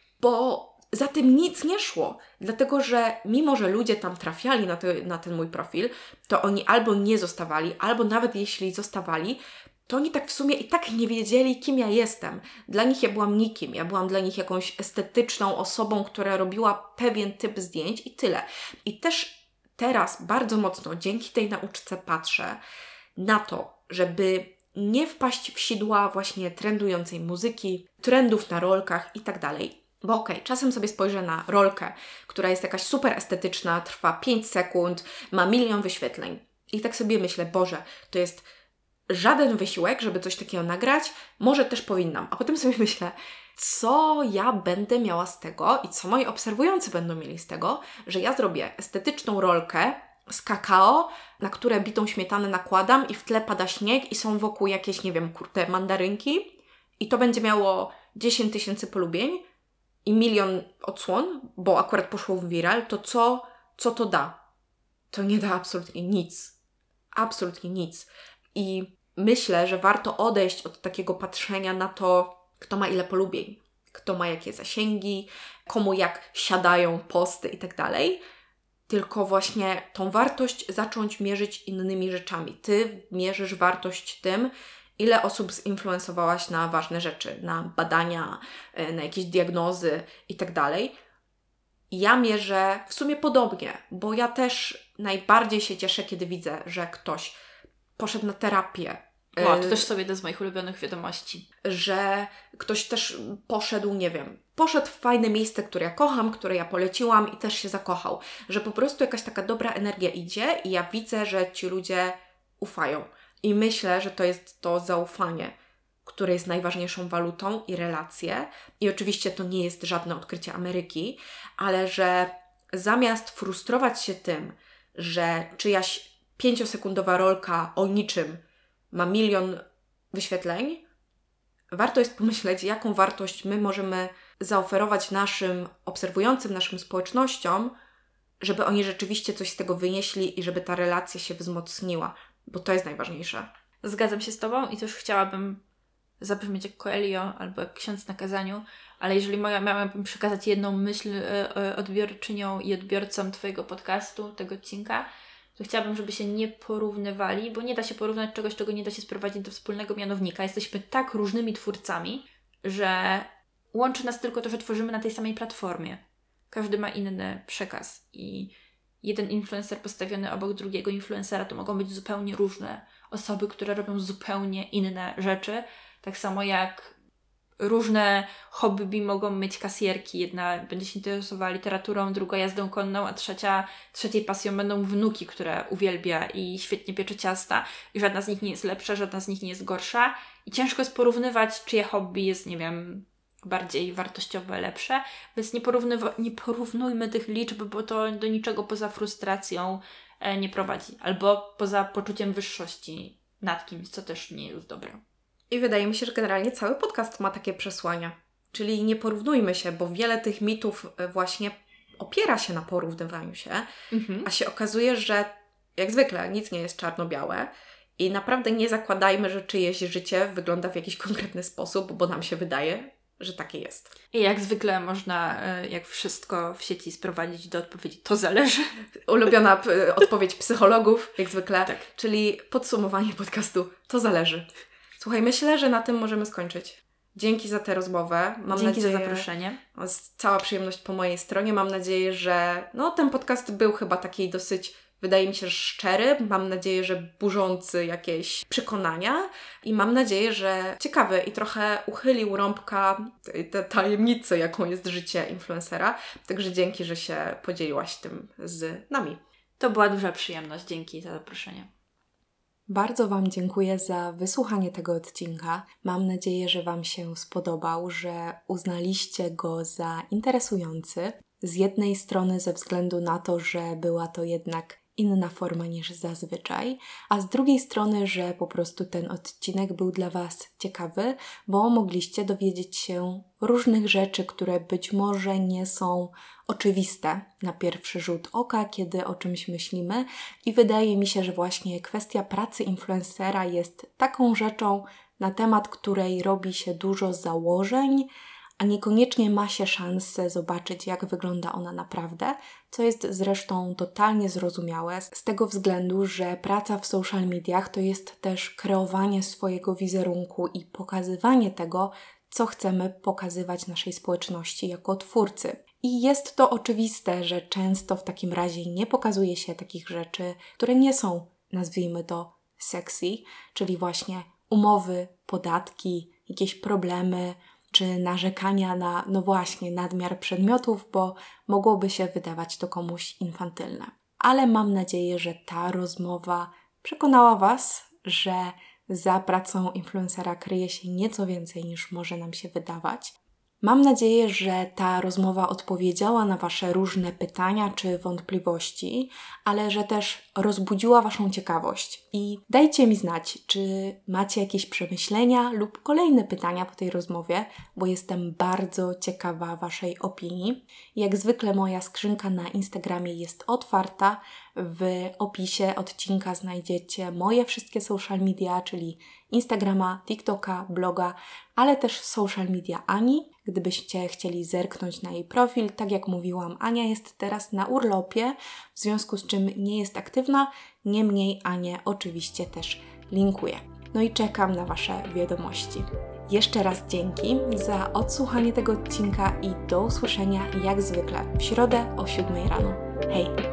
bo za tym nic nie szło. Dlatego, że mimo, że ludzie tam trafiali na ten mój profil, to oni albo nie zostawali, albo nawet jeśli zostawali, to oni tak w sumie i tak nie wiedzieli, kim ja jestem. Dla nich ja byłam nikim. Ja byłam dla nich jakąś estetyczną osobą, która robiła pewien typ zdjęć i tyle. I też teraz bardzo mocno dzięki tej nauczce patrzę na to, żeby nie wpaść w sidła właśnie trendującej muzyki, trendów na rolkach i tak dalej. Bo okej, czasem sobie spojrzę na rolkę, która jest jakaś super estetyczna, trwa 5 sekund, ma 1 milion wyświetleń. I tak sobie myślę, Boże, to jest żaden wysiłek, żeby coś takiego nagrać, może też powinnam. A potem sobie myślę, co ja będę miała z tego i co moi obserwujący będą mieli z tego, że ja zrobię estetyczną rolkę z kakao, na które bitą śmietanę nakładam i w tle pada śnieg i są wokół jakieś, nie wiem, mandarynki i to będzie miało 10 tysięcy polubień i 1 milion odsłon, bo akurat poszło w viral, to co to da? To nie da absolutnie nic. Absolutnie nic. I myślę, że warto odejść od takiego patrzenia na to, kto ma ile polubień, kto ma jakie zasięgi, komu jak siadają posty i tak dalej, tylko właśnie tą wartość zacząć mierzyć innymi rzeczami. Ty mierzysz wartość tym, ile osób zinfluencowałaś na ważne rzeczy, na badania, na jakieś diagnozy i tak dalej. Ja mierzę w sumie podobnie, bo ja też najbardziej się cieszę, kiedy widzę, że ktoś poszedł na terapię. O, to też sobie jedna z moich ulubionych wiadomości. Że ktoś też poszedł, nie wiem, poszedł w fajne miejsce, które ja kocham, które ja poleciłam i też się zakochał. Że po prostu jakaś taka dobra energia idzie i ja widzę, że ci ludzie ufają. I myślę, że to jest to zaufanie, które jest najważniejszą walutą i relacje. I oczywiście to nie jest żadne odkrycie Ameryki, ale że zamiast frustrować się tym, że czyjaś 5-sekundowa rolka o niczym ma 1 milion wyświetleń, warto jest pomyśleć, jaką wartość my możemy zaoferować naszym obserwującym, naszym społecznościom, żeby oni rzeczywiście coś z tego wynieśli i żeby ta relacja się wzmocniła, bo to jest najważniejsze. Zgadzam się z Tobą i też chciałabym zabrzmieć jak Coelho albo jak ksiądz na kazaniu, ale jeżeli miałabym przekazać jedną myśl odbiorczyniom i odbiorcom Twojego podcastu, tego odcinka, to chciałabym, żeby się nie porównywali, bo nie da się porównać czegoś, czego nie da się sprowadzić do wspólnego mianownika. Jesteśmy tak różnymi twórcami, że łączy nas tylko to, że tworzymy na tej samej platformie. Każdy ma inny przekaz i jeden influencer postawiony obok drugiego influencera to mogą być zupełnie różne osoby, które robią zupełnie inne rzeczy. Tak samo jak różne hobby mogą mieć kasjerki. Jedna będzie się interesowała literaturą, druga jazdą konną, a trzeciej pasją będą wnuki, które uwielbia i świetnie piecze ciasta. I żadna z nich nie jest lepsza, żadna z nich nie jest gorsza. I ciężko jest porównywać, czyje hobby jest, nie wiem, bardziej wartościowe, lepsze. Więc nie porównujmy tych liczb, bo to do niczego poza frustracją nie prowadzi. Albo poza poczuciem wyższości nad kimś, co też nie jest dobre. I wydaje mi się, że generalnie cały podcast ma takie przesłania. Czyli nie porównujmy się, bo wiele tych mitów właśnie opiera się na porównywaniu się, a się okazuje, że jak zwykle nic nie jest czarno-białe i naprawdę nie zakładajmy, że czyjeś życie wygląda w jakiś konkretny sposób, bo nam się wydaje, że takie jest. I jak zwykle można, jak wszystko w sieci, sprowadzić do odpowiedzi, to zależy. Ulubiona odpowiedź psychologów, jak zwykle, tak. Czyli podsumowanie podcastu, to zależy. Słuchaj, myślę, że na tym możemy skończyć. Dzięki za tę rozmowę. Dzięki za zaproszenie. Cała przyjemność po mojej stronie. Mam nadzieję, że ten podcast był chyba taki dosyć, wydaje mi się, szczery. Mam nadzieję, że burzący jakieś przekonania. I mam nadzieję, że ciekawy i trochę uchylił rąbka tej tajemnicy, jaką jest życie influencera. Także dzięki, że się podzieliłaś tym z nami. To była duża przyjemność. Dzięki za zaproszenie. Bardzo Wam dziękuję za wysłuchanie tego odcinka. Mam nadzieję, że Wam się spodobał, że uznaliście go za interesujący. Z jednej strony ze względu na to, że była to jednak inna forma niż zazwyczaj, a z drugiej strony, że po prostu ten odcinek był dla Was ciekawy, bo mogliście dowiedzieć się różnych rzeczy, które być może nie są oczywiste na pierwszy rzut oka, kiedy o czymś myślimy i wydaje mi się, że właśnie kwestia pracy influencera jest taką rzeczą, na temat której robi się dużo założeń, a niekoniecznie ma się szansę zobaczyć, jak wygląda ona naprawdę, co jest zresztą totalnie zrozumiałe z tego względu, że praca w social mediach to jest też kreowanie swojego wizerunku i pokazywanie tego, co chcemy pokazywać naszej społeczności jako twórcy. I jest to oczywiste, że często w takim razie nie pokazuje się takich rzeczy, które nie są, nazwijmy to, sexy, czyli właśnie umowy, podatki, jakieś problemy, czy narzekania na, nadmiar przedmiotów, bo mogłoby się wydawać to komuś infantylne. Ale mam nadzieję, że ta rozmowa przekonała Was, że za pracą influencera kryje się nieco więcej niż może nam się wydawać. Mam nadzieję, że ta rozmowa odpowiedziała na Wasze różne pytania czy wątpliwości, ale że też rozbudziła Waszą ciekawość. I dajcie mi znać, czy macie jakieś przemyślenia lub kolejne pytania po tej rozmowie, bo jestem bardzo ciekawa Waszej opinii. Jak zwykle moja skrzynka na Instagramie jest otwarta. W opisie odcinka znajdziecie moje wszystkie social media, czyli Instagrama, TikToka, bloga, ale też social media Ani. Gdybyście chcieli zerknąć na jej profil, tak jak mówiłam, Ania jest teraz na urlopie, w związku z czym nie jest aktywna, niemniej Anię oczywiście też linkuję. No i czekam na Wasze wiadomości. Jeszcze raz dzięki za odsłuchanie tego odcinka i do usłyszenia jak zwykle w środę o 7 rano. Hej!